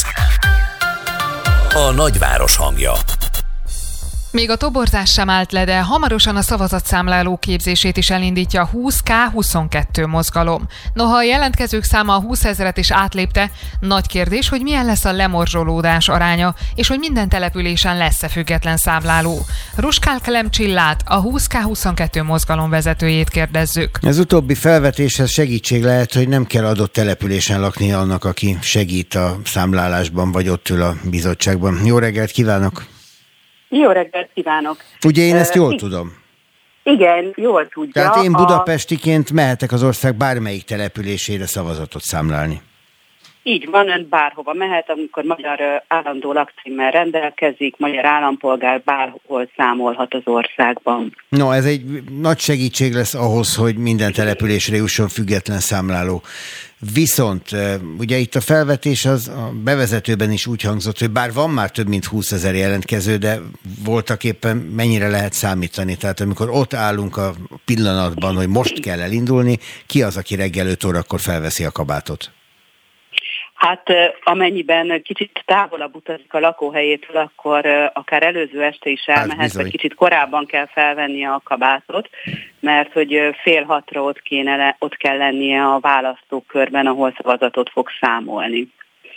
A nagyváros hangja. Még a toborzás sem állt le, de hamarosan a szavazatszámláló képzését is elindítja a húsz ká huszonkettő mozgalom. Noha a jelentkezők száma a húszezret is átlépte, nagy kérdés, hogy milyen lesz a lemorzsolódás aránya, és hogy minden településen lesz-e független számláló. Ruskál Klemcsillát, a húsz ká huszonkettő mozgalom vezetőjét kérdezzük. Az utóbbi felvetéshez segítség lehet, hogy nem kell adott településen lakni annak, aki segít a számlálásban, vagy ott ül a bizottságban. Jó reggelt kívánok! Jó reggelt kívánok! Ugye én ezt jól uh, tudom? Igen, jól tudja. Tehát én budapestiként mehetek az ország bármelyik településére szavazatot számlálni. Így van, ön bárhova mehet, amikor magyar állandó lakcímmel rendelkezik, magyar állampolgár bárhol számolhat az országban. No, ez egy nagy segítség lesz ahhoz, hogy minden településre jusson független számláló. Viszont ugye itt a felvetés az a bevezetőben is úgy hangzott, hogy bár van már több mint húszezer jelentkező, de voltak éppen mennyire lehet számítani. Tehát amikor ott állunk a pillanatban, hogy most kell elindulni, ki az, aki reggel öt órakor felveszi a kabátot? Hát amennyiben kicsit távolabb utazik a lakóhelyétől, akkor akár előző este is elmehet, hát vagy kicsit korábban kell felvennie a kabátot, mert hogy fél hatra ott, kéne, ott kell lennie a választókörben, ahol szavazatot fog számolni.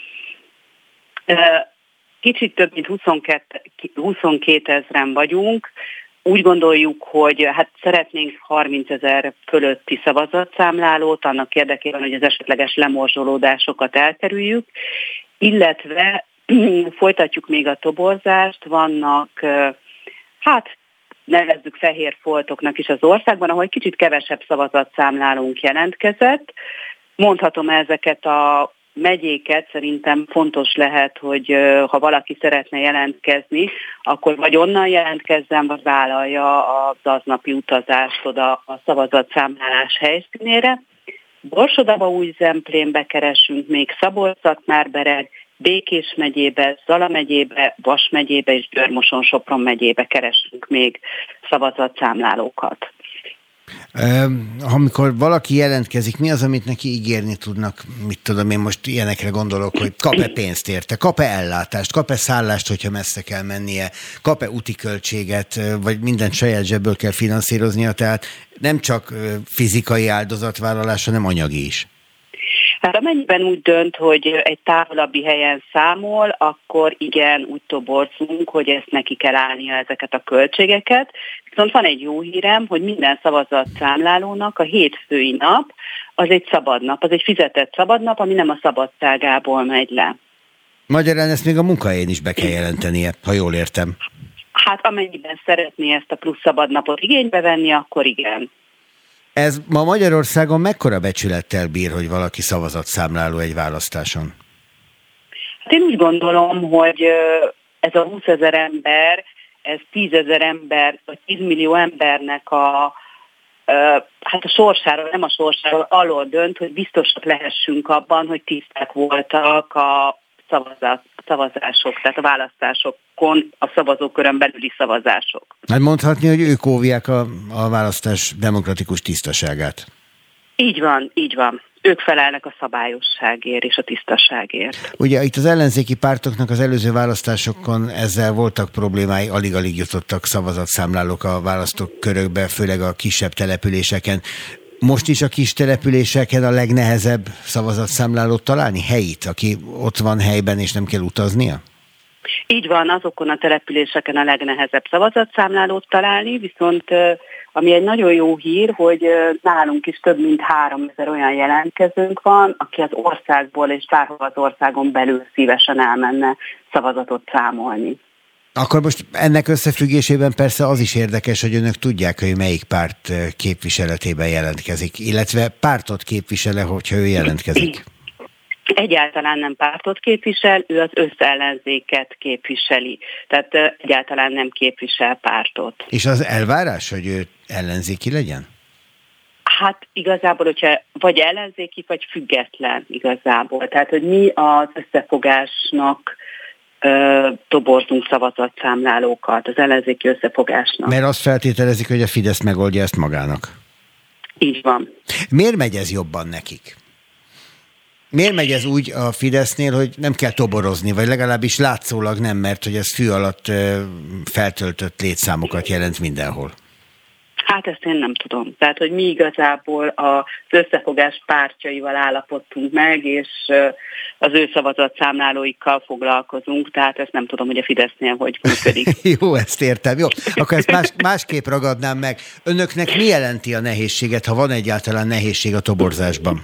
Kicsit több mint huszonkét ezren vagyunk. Úgy gondoljuk, hogy hát szeretnénk harmincezer fölötti szavazatszámlálót, annak érdekében, hogy az esetleges lemorzsolódásokat elkerüljük, illetve folytatjuk még a toborzást, vannak, hát nevezzük fehér foltoknak is az országban, ahol kicsit kevesebb szavazatszámlálónk jelentkezett. Mondhatom ezeket a megyéket, szerintem fontos lehet, hogy ha valaki szeretne jelentkezni, akkor vagy onnan jelentkezzen, vagy vállalja az aznapi utazást oda a szavazatszámlálás helyszínére. Borsod-Abaúj-Zemplénbe keresünk, még Szabolcs-Szatmár-Bereg, Békés megyébe, Zala megyébe, Vas megyébe és Győr-Moson-Sopron megyébe keresünk még szavazatszámlálókat. Amikor valaki jelentkezik, mi az, amit neki ígérni tudnak? Mit tudom, én most ilyenekre gondolok, hogy kap-e pénzt érte, kap-e ellátást, kap-e szállást, hogyha messze kell mennie, kap-e úti költséget, vagy mindent saját zsebből kell finanszíroznia, tehát nem csak fizikai áldozatvállalás, hanem anyagi is. Hát amennyiben úgy dönt, hogy egy távolabbi helyen számol, akkor igen, úgy toborzunk, hogy ezt neki kell állnia ezeket a költségeket. Viszont van egy jó hírem, hogy minden szavazatszámlálónak a hétfői nap az egy szabad nap, az egy fizetett szabad nap, ami nem a szabadságából megy le. Magyarán ezt még a munkahelyén is be kell jelentenie, ha jól értem. Hát amennyiben szeretné ezt a plusz szabad napot igénybe venni, akkor igen. Ez ma Magyarországon mekkora becsülettel bír, hogy valaki szavazatszámláló egy választáson? Hát én úgy gondolom, hogy ez a húszezer ember, ez tízezer ember, vagy tízmillió embernek a, hát a sorsáról, nem a sorsáról, alól dönt, hogy biztosak lehessünk abban, hogy tiszták voltak a szavazat, szavazások, tehát a választásokon, a szavazókörön belüli szavazások. Hát mondhatni, hogy ők óvják a, a választás demokratikus tisztaságát. Így van, így van. Ők felelnek a szabályosságért és a tisztaságért. Ugye itt az ellenzéki pártoknak az előző választásokon ezzel voltak problémái, alig-alig jutottak szavazatszámlálók a választókörökbe, főleg a kisebb településeken. Most is a kis településeken a legnehezebb szavazatszámlálót találni? Helyit, aki ott van helyben és nem kell utaznia? Így van, azokon a településeken a legnehezebb szavazatszámlálót találni, viszont ami egy nagyon jó hír, hogy nálunk is több mint háromezer olyan jelentkezőnk van, aki az országból és bárhol az országon belül szívesen elmenne szavazatot számolni. Akkor most ennek összefüggésében persze az is érdekes, hogy önök tudják, hogy melyik párt képviseletében jelentkezik, illetve pártot képvisele, hogyha ő jelentkezik. Egyáltalán nem pártot képvisel, ő az összellenzéket képviseli, tehát egyáltalán nem képvisel pártot. És az elvárás, hogy ő ellenzéki legyen? Hát igazából, hogyha vagy ellenzéki, vagy független igazából. Tehát, hogy mi az összefogásnak ö, toborzunk szavazatszámlálókat, az ellenzéki összefogásnak. Mert azt feltételezik, hogy a Fidesz megoldja ezt magának. Így van. Miért megy ez jobban nekik? Miért megy ez úgy a Fidesznél, hogy nem kell toborozni, vagy legalábbis látszólag nem, mert hogy ez fű alatt ö, feltöltött létszámokat jelent mindenhol? Hát ezt én nem tudom. Tehát, hogy mi igazából az összefogás pártjaival állapodtunk meg, és az ő szavazatszámlálóikkal foglalkozunk, tehát ezt nem tudom, hogy a Fidesznél hogy működik. Jó, ezt értem. Jó, akkor ezt más, másképp ragadnám meg. Önöknek mi jelenti a nehézséget, ha van egyáltalán nehézség a toborzásban?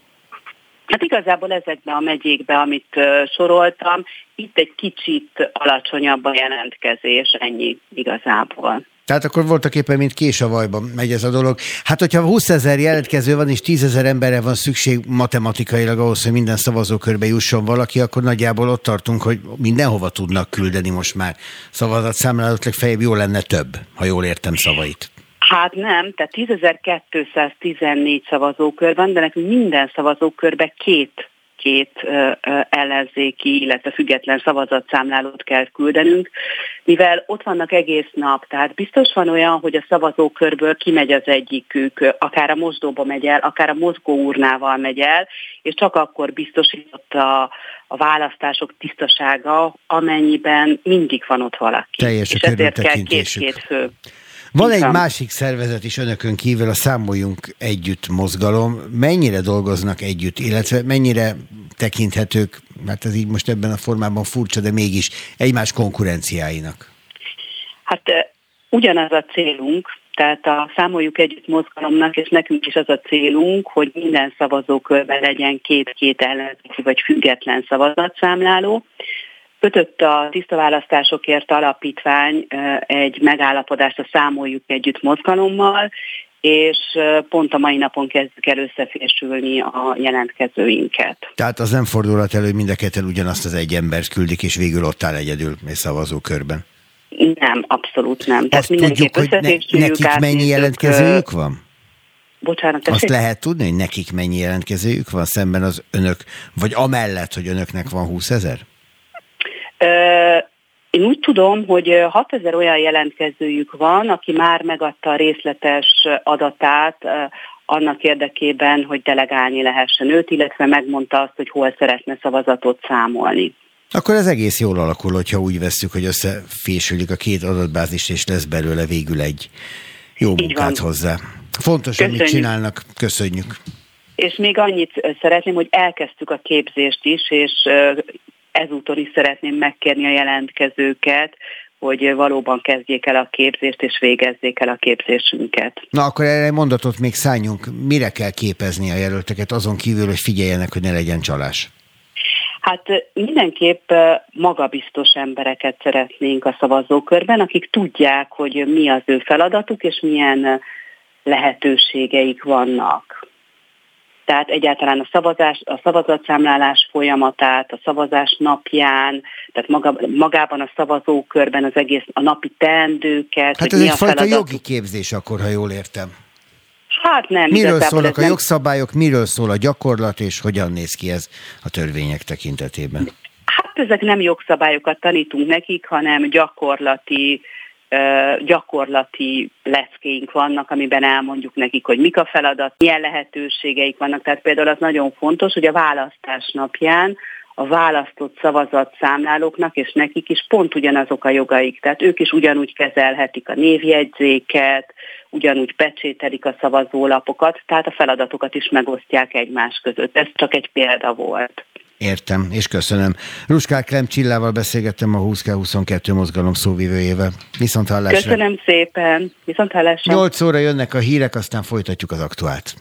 Hát igazából ezekben a megyékben, amit uh, soroltam, itt egy kicsit alacsonyabb a jelentkezés, ennyi igazából. Tehát akkor voltak éppen, mint kés a vajban megy ez a dolog. Hát, hogyha húszezer jelentkező van, és tízezer emberre van szükség matematikailag ahhoz, hogy minden szavazókörbe jusson valaki, akkor nagyjából ott tartunk, hogy mindenhova tudnak küldeni most már szavazatszámlálót, legfeljebb jó lenne több, ha jól értem szavait. Hát nem, tehát tízezer-kétszáztizennégy szavazókör van, de nekünk minden szavazókörbe két két uh, ellenzéki, illetve független szavazatszámlálót kell küldenünk, mivel ott vannak egész nap, tehát biztos van olyan, hogy a szavazókörből kimegy az egyikük, akár a mosdóba megy el, akár a mozgóurnával megy el, és csak akkor biztosított a, a választások tisztasága, amennyiben mindig van ott valaki. Teljes a és ezért kell két-két fő. Van egy másik szervezet is önökön kívül, a Számoljunk Együtt mozgalom. Mennyire dolgoznak együtt, illetve mennyire tekinthetők, hát ez így most ebben a formában furcsa, de mégis egymás konkurenciáinak? Hát ugyanaz a célunk, tehát a Számoljuk Együtt mozgalomnak, és nekünk is az a célunk, hogy minden szavazókörben legyen két-két ellenzéki vagy független szavazatszámláló. Kötött a Tiszta Választásokért Alapítvány egy megállapodást a Számoljuk Együtt mozgalommal, és pont a mai napon kezdjük el összefésülni a jelentkezőinket. Tehát az nem fordulhat elő, hogy mind a ketten ugyanazt az egy embert küldik, és végül ott áll egyedül egy szavazókörben? Nem, abszolút nem. Azt tudjuk, hogy ne, nekik mennyi jelentkezőjük van? Bocsánat, azt lehet tudni, hogy nekik mennyi jelentkezőjük van szemben az önök, vagy amellett, hogy önöknek van húszezer? Én úgy tudom, hogy hatezer olyan jelentkezőjük van, aki már megadta a részletes adatát annak érdekében, hogy delegálni lehessen őt, illetve megmondta azt, hogy hol szeretne szavazatot számolni. Akkor ez egész jól alakul, hogyha úgy vesszük, hogy összefésülik a két adatbázist, és lesz belőle végül egy jó munkát hozzá. Fontos, Köszönjük. Amit csinálnak. Köszönjük. És még annyit szeretném, hogy elkezdtük a képzést is, és ezúton is szeretném megkérni a jelentkezőket, hogy valóban kezdjék el a képzést, és végezzék el a képzésünket. Na, akkor erre mondatot még szálljunk. Mire kell képezni a jelölteket, azon kívül, hogy figyeljenek, hogy ne legyen csalás? Hát mindenképp magabiztos embereket szeretnénk a szavazókörben, akik tudják, hogy mi az ő feladatuk, és milyen lehetőségeik vannak. Tehát egyáltalán a szavazás, a szavazatszámlálás folyamatát, a szavazás napján, tehát maga, magában a szavazókörben az egész a napi teendőket. Hát ez egyfajta jogi képzés akkor, ha jól értem. Hát nem. Miről szólnak a nem... jogszabályok, miről szól a gyakorlat, és hogyan néz ki ez a törvények tekintetében? Hát ezek nem jogszabályokat tanítunk nekik, hanem gyakorlati gyakorlati leckéink vannak, amiben elmondjuk nekik, hogy mik a feladat, milyen lehetőségeik vannak. Tehát például az nagyon fontos, hogy a választás napján a választott szavazatszámlálóknak és nekik is pont ugyanazok a jogaik. Tehát ők is ugyanúgy kezelhetik a névjegyzéket, ugyanúgy pecsételik a szavazólapokat, tehát a feladatokat is megosztják egymás között. Ez csak egy példa volt. Értem, és köszönöm. Ruskák Klemp Csillával beszélgettem, a húsz K huszonkettő mozgalom szóvivőjével. Viszont hallásra. Köszönöm szépen. Viszont hallásra. nyolc óra jönnek a hírek, aztán folytatjuk az aktuált.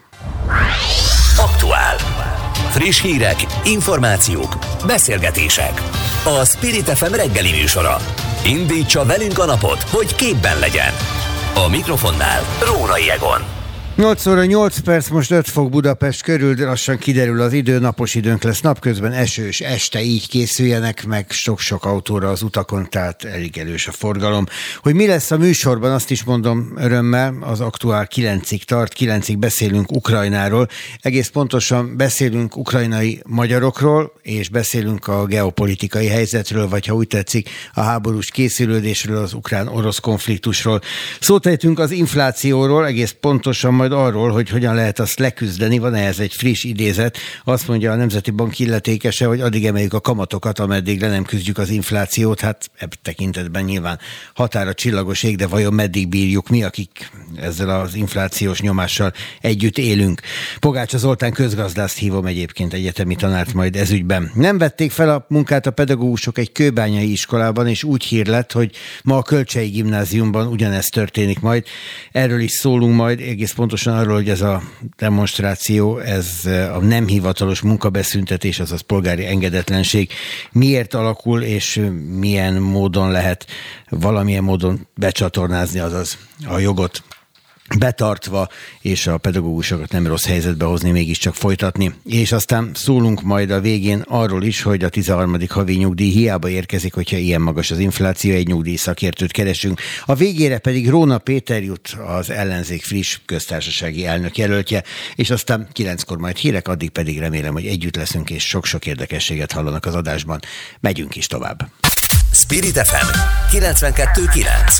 Aktuál. Friss hírek, információk, beszélgetések. A Spirit ef em reggeli műsora. Indítsa velünk a napot, hogy képben legyen. A mikrofonnál Rórai Egon. nyolc óra nyolc perc, most öt fok Budapest körül, de lassan kiderül az idő, napos időnk lesz napközben, esős este, így készüljenek meg, sok-sok autóra az utakon, tehát elég erős a forgalom. Hogy mi lesz a műsorban, azt is mondom örömmel, az aktuál kilencig tart, kilencig beszélünk Ukrajnáról, egész pontosan beszélünk ukrajnai magyarokról, és beszélünk a geopolitikai helyzetről, vagy ha úgy tetszik, a háborús készülődésről, az ukrán-orosz konfliktusról. Szót ejtünk az inflációról, egész pontosan majd arról, hogy hogyan lehet azt leküzdeni. Van ehhez egy friss idézet. Azt mondja a Nemzeti Bank illetékese, hogy addig emeljük a kamatokat, ameddig le nem küzdjük az inflációt. Hát ebb tekintetben nyilván határa csillagos ég, de vajon meddig bírjuk mi, akik ezzel az inflációs nyomással együtt élünk. Pogácsa Zoltán közgazdászt hívom, egyébként egyetemi tanárt majd ezügyben. Nem vették fel a munkát a pedagógusok egy kőbányai iskolában, és úgy hír lett, hogy ma a Kölcsei Gimnáziumban ugyanezt történik majd. Erről is szólunk majd, egész pontosan arról, hogy ez a demonstráció, ez a nem hivatalos munkabeszüntetés, azaz polgári engedetlenség miért alakul, és milyen módon lehet valamilyen módon becsatornázni, azaz a jogot betartva, és a pedagógusokat nem rossz helyzetbe hozni, mégiscsak folytatni. És aztán szólunk majd a végén arról is, hogy a tizenharmadik havi nyugdíj hiába érkezik, hogyha ilyen magas az infláció, egy nyugdíj szakértőt keresünk. A végére pedig Róna Péter jut, az ellenzék friss köztársasági elnök jelöltje, és aztán kilenckor majd hírek, addig pedig remélem, hogy együtt leszünk, és sok-sok érdekességet hallanak az adásban. Megyünk is tovább. Spirit ef em kilencvenkettő kilenc.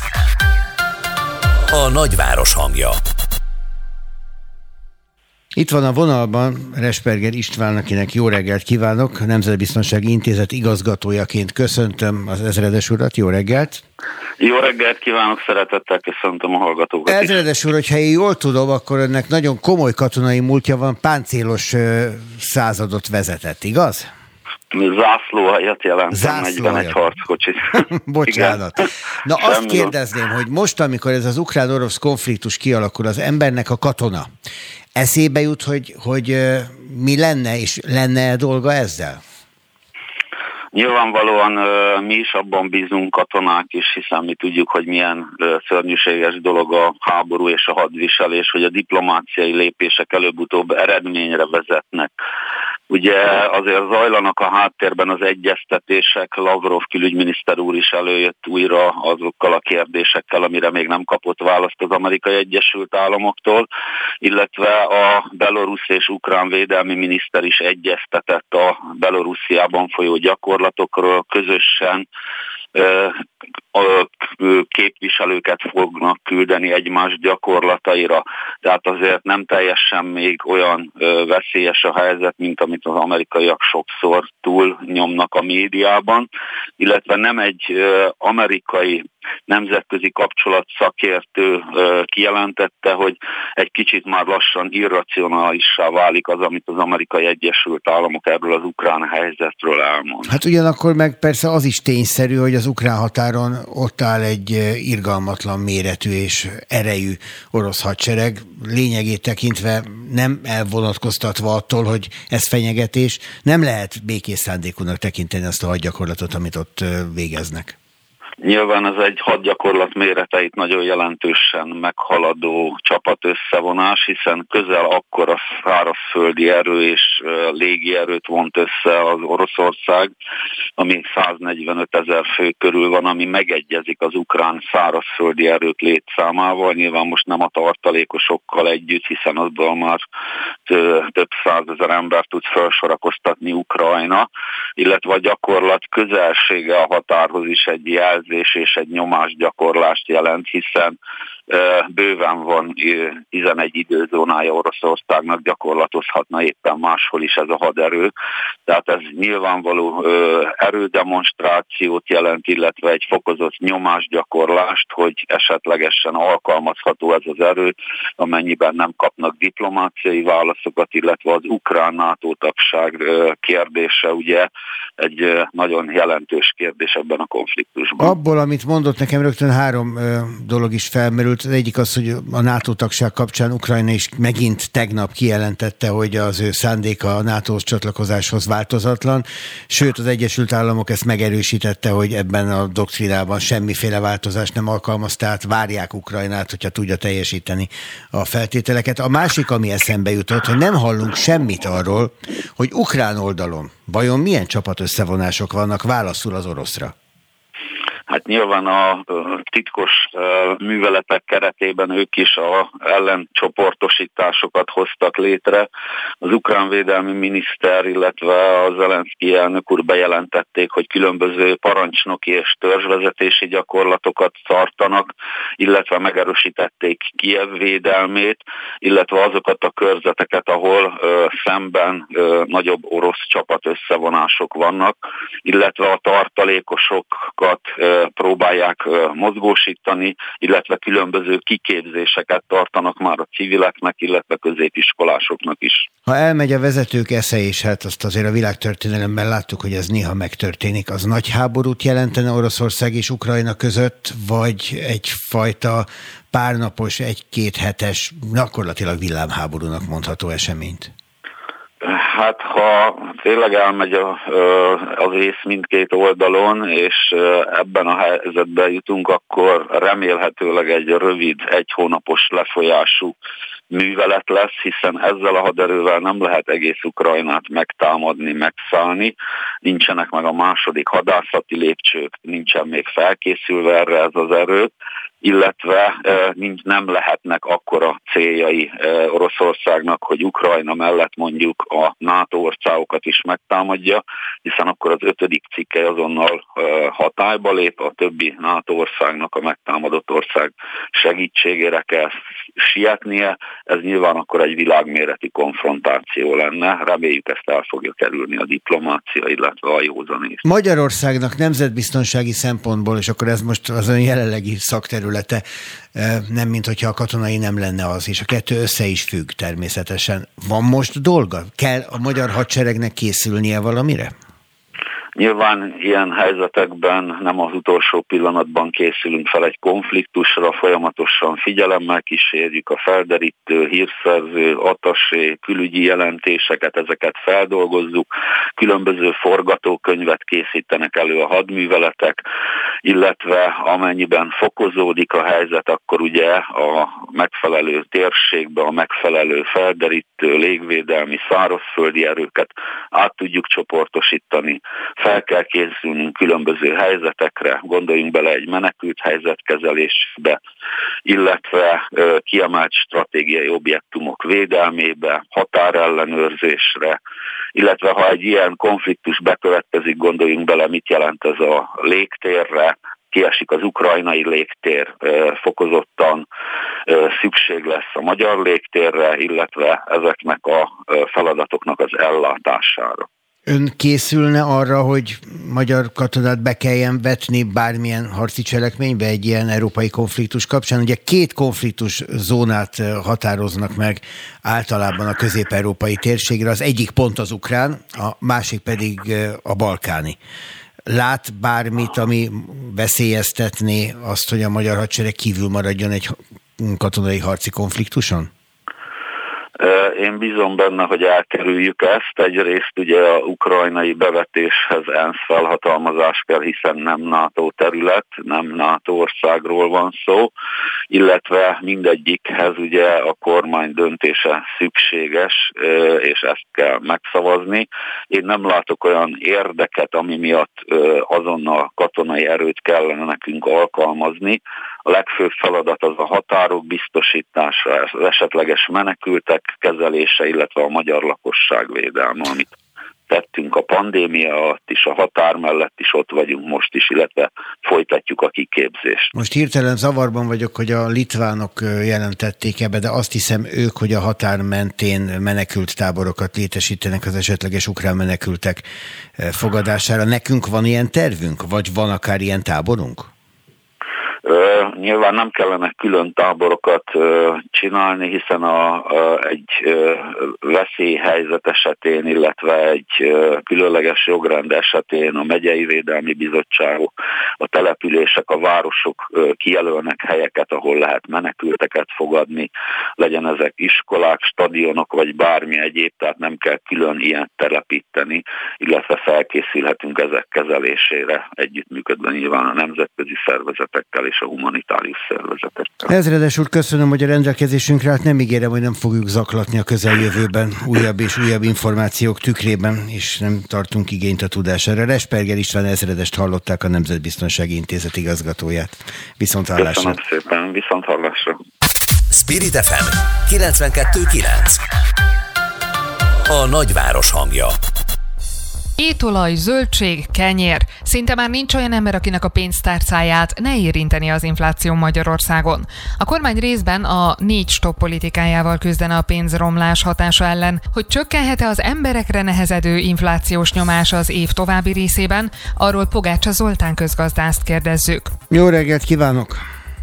A nagyváros hangja. Itt van a vonalban Resperger István, akinek jó reggelt kívánok, a Nemzetbiztonsági Intézet igazgatójaként köszöntöm az ezredes urat, jó reggelt! Jó reggelt kívánok, szeretettel köszöntöm a hallgatókat. Ezredes úr, hogyha én jól tudom, akkor önnek nagyon komoly katonai múltja van, páncélos ö, századot vezetett, igaz? Zászló helyett jelentem negyvenegy harckocsit. Bocsánat. Na azt Semmi kérdezném, hogy most, amikor ez az ukrán-orosz konfliktus kialakul, az embernek a katona eszébe jut, hogy, hogy mi lenne, és lenne dolga ezzel? Nyilvánvalóan mi is abban bízunk, katonák is, hiszen mi tudjuk, hogy milyen szörnyűséges dolog a háború és a hadviselés, hogy a diplomáciai lépések előbb-utóbb eredményre vezetnek. Ugye azért zajlanak a háttérben az egyeztetések, Lavrov külügyminiszter úr is előjött újra azokkal a kérdésekkel, amire még nem kapott választ az Amerikai Egyesült Államoktól, illetve a belorusz és ukrán védelmi miniszter is egyeztetett a Belorussziában folyó gyakorlatokról, közösen a képviselőket fognak küldeni egymás gyakorlataira. Tehát azért nem teljesen még olyan veszélyes a helyzet, mint amit az amerikaiak sokszor túl nyomnak a médiában, illetve nem egy amerikai nemzetközi kapcsolatszakértő kijelentette, hogy egy kicsit már lassan irracionálissá válik az, amit az Amerikai Egyesült Államok erről az ukrán helyzetről elmond. Hát ugyanakkor meg persze az is tényszerű, hogy az ukrán határon ott áll egy irgalmatlan méretű és erejű orosz hadsereg, lényegét tekintve nem elvonatkoztatva attól, hogy ez fenyegetés, nem lehet békés szándékúnak tekinteni azt a hadgyakorlatot, amit ott végeznek. Nyilván ez egy hadgyakorlat méreteit nagyon jelentősen meghaladó csapat összevonás, hiszen közel akkora szárazföldi erő és légi erőt vont össze az Oroszország, ami száznegyvenöt ezer fő körül van, ami megegyezik az ukrán szárazföldi erők létszámával. Nyilván most nem a tartalékosokkal együtt, hiszen azból már több százezer ember tud felsorakoztatni Ukrajna, illetve a gyakorlat közelsége a határhoz is egy jelzés és egy nyomásgyakorlást jelent, hiszen bőven van tizenegy időzónája Oroszországnak, gyakorlatozhatna éppen máshol is ez a haderő. Tehát ez nyilvánvaló erődemonstrációt jelent, illetve egy fokozott nyomásgyakorlást, hogy esetlegesen alkalmazható ez az erő, amennyiben nem kapnak diplomáciai válaszokat, illetve az ukrán NATO tagság kérdése ugye egy nagyon jelentős kérdés ebben a konfliktusban. abból, amit mondott nekem, rögtön három ö, dolog is felmerült. Az egyik az, hogy a NATO tagság kapcsán Ukrajna is megint tegnap kijelentette, hogy az ő szándéka a nátóhoz csatlakozáshoz változatlan, sőt az Egyesült Államok ezt megerősítette, hogy ebben a doktrinában semmiféle változást nem alkalmaz, tehát várják Ukrajnát, hogyha tudja teljesíteni a feltételeket. A másik, ami eszembe jutott, hogy nem hallunk semmit arról, hogy ukrán oldalon vajon milyen csapatösszevonások vannak válaszul az oroszra. Hát nyilván a titkos műveletek keretében ők is a ellencsoportosításokat hoztak létre. Az ukrán védelmi miniszter, illetve a Zelenszkij elnök úr bejelentették, hogy különböző parancsnoki és törzsvezetési gyakorlatokat tartanak, illetve megerősítették Kijev védelmét, illetve azokat a körzeteket, ahol szemben nagyobb orosz csapat összevonások vannak, illetve a tartalékosokat próbálják mozgósítani, illetve különböző kiképzéseket tartanak már a civileknek, illetve középiskolásoknak is. Ha elmegy a vezetők esze, és hát azt azért a világtörténelemben láttuk, hogy ez néha megtörténik, az nagy háborút jelentene Oroszország és Ukrajna között, vagy egyfajta párnapos, egy-két hetes, gyakorlatilag villámháborúnak mondható eseményt? Hát ha tényleg elmegy a, az ész mindkét oldalon, és ebben a helyzetben jutunk, akkor remélhetőleg egy rövid, egy hónapos lefolyású művelet lesz, hiszen ezzel a haderővel nem lehet egész Ukrajnát megtámadni, megszállni. Nincsenek meg a második hadászati lépcsők, nincsen még felkészülve erre ez az erő, illetve nincs, nem lehetnek akkora céljai Oroszországnak, hogy Ukrajna mellett mondjuk a NATO országokat is megtámadja, hiszen akkor az ötödik cikke azonnal hatályba lép, a többi NATO országnak a megtámadott ország segítségére kell sietnie, ez nyilván akkor egy világméretű konfrontáció lenne, reméljük ezt el fogja kerülni a diplomácia, illetve a józanész. Magyarországnak nemzetbiztonsági szempontból, és akkor ez most az ön jelenlegi szakterülete, nem mint hogyha a katonai nem lenne az, és a kettő össze is függ természetesen. Van most dolga? Kell a magyar hadseregnek készülnie valamire? Nyilván ilyen helyzetekben nem az utolsó pillanatban készülünk fel egy konfliktusra, folyamatosan figyelemmel kísérjük a felderítő, hírszerző, attaché, külügyi jelentéseket, ezeket feldolgozzuk, különböző forgatókönyvet készítenek elő a hadműveletek, illetve amennyiben fokozódik a helyzet, akkor ugye a megfelelő térségbe, a megfelelő felderítő, légvédelmi, szárazföldi erőket át tudjuk csoportosítani. Fel kell készülnünk különböző helyzetekre, gondoljunk bele egy menekült helyzetkezelésbe, illetve kiemelt stratégiai objektumok védelmébe, határellenőrzésre, illetve ha egy ilyen konfliktus bekövetkezik, gondoljunk bele, mit jelent ez a légtérre, kiesik az ukrajnai légtér, fokozottan szükség lesz a magyar légtérre, illetve ezeknek a feladatoknak az ellátására. Ön készülne arra, hogy magyar katonát be kelljen vetni bármilyen harci cselekménybe egy ilyen európai konfliktus kapcsán? Ugye két konfliktus zónát határoznak meg általában a közép-európai térségre. Az egyik pont az ukrán, a másik pedig a balkáni. Lát bármit, ami veszélyeztetné azt, hogy a magyar hadsereg kívül maradjon egy katonai harci konfliktuson? Én bízom benne, hogy elkerüljük ezt. Egyrészt ugye a ukrajnai bevetéshez ENSZ felhatalmazás kell, hiszen nem NATO terület, nem NATO országról van szó, illetve mindegyikhez ugye a kormány döntése szükséges, és ezt kell megszavazni. Én nem látok olyan érdeket, ami miatt azonnal katonai erőt kellene nekünk alkalmazni. A legfőbb feladat az a határok biztosítása, az esetleges menekültek kezelése, illetve a magyar lakosság védelme, amit tettünk a pandémia alatt is, a határ mellett is ott vagyunk most is, illetve folytatjuk a kiképzést. Most hirtelen zavarban vagyok, hogy a litvánok jelentették ebbe, de azt hiszem ők, hogy a határ mentén menekült táborokat létesítenek az esetleges ukrán menekültek fogadására. Nekünk van ilyen tervünk, vagy van akár ilyen táborunk? Uh, nyilván nem kellene külön táborokat uh, csinálni, hiszen a, a, egy uh, veszélyhelyzet esetén, illetve egy uh, különleges jogrend esetén a megyei védelmi bizottságok, a települések, a városok uh, kijelölnek helyeket, ahol lehet menekülteket fogadni, legyen ezek iskolák, stadionok, vagy bármi egyéb, tehát nem kell külön ilyen telepíteni, illetve felkészülhetünk ezek kezelésére, együttműködve nyilván a nemzetközi szervezetekkel és a humanitárius szervezetekkel. Ezredes úr, köszönöm, hogy a rendelkezésünkre állt. Nem ígérem, hogy nem fogjuk zaklatni a közeljövőben újabb és újabb információk tükrében, és nem tartunk igényt a tudására. Resperger István ezredest hallották, a Nemzetbiztonsági Intézet igazgatóját. Viszont hallásra. Köszönöm szépen, viszont hallásra. Spirit ef em kilencvenkettő kilenc. A nagyváros hangja. Étolaj, zöldség, kenyér. Szinte már nincs olyan ember, akinek a pénztárcáját ne érinteni az infláció Magyarországon. A kormány részben a négy stop politikájával küzdene a pénzromlás hatása ellen, hogy csökkenhet-e az emberekre nehezedő inflációs nyomás az év további részében, arról Pogácsa Zoltán közgazdászt kérdezzük. Jó reggelt kívánok!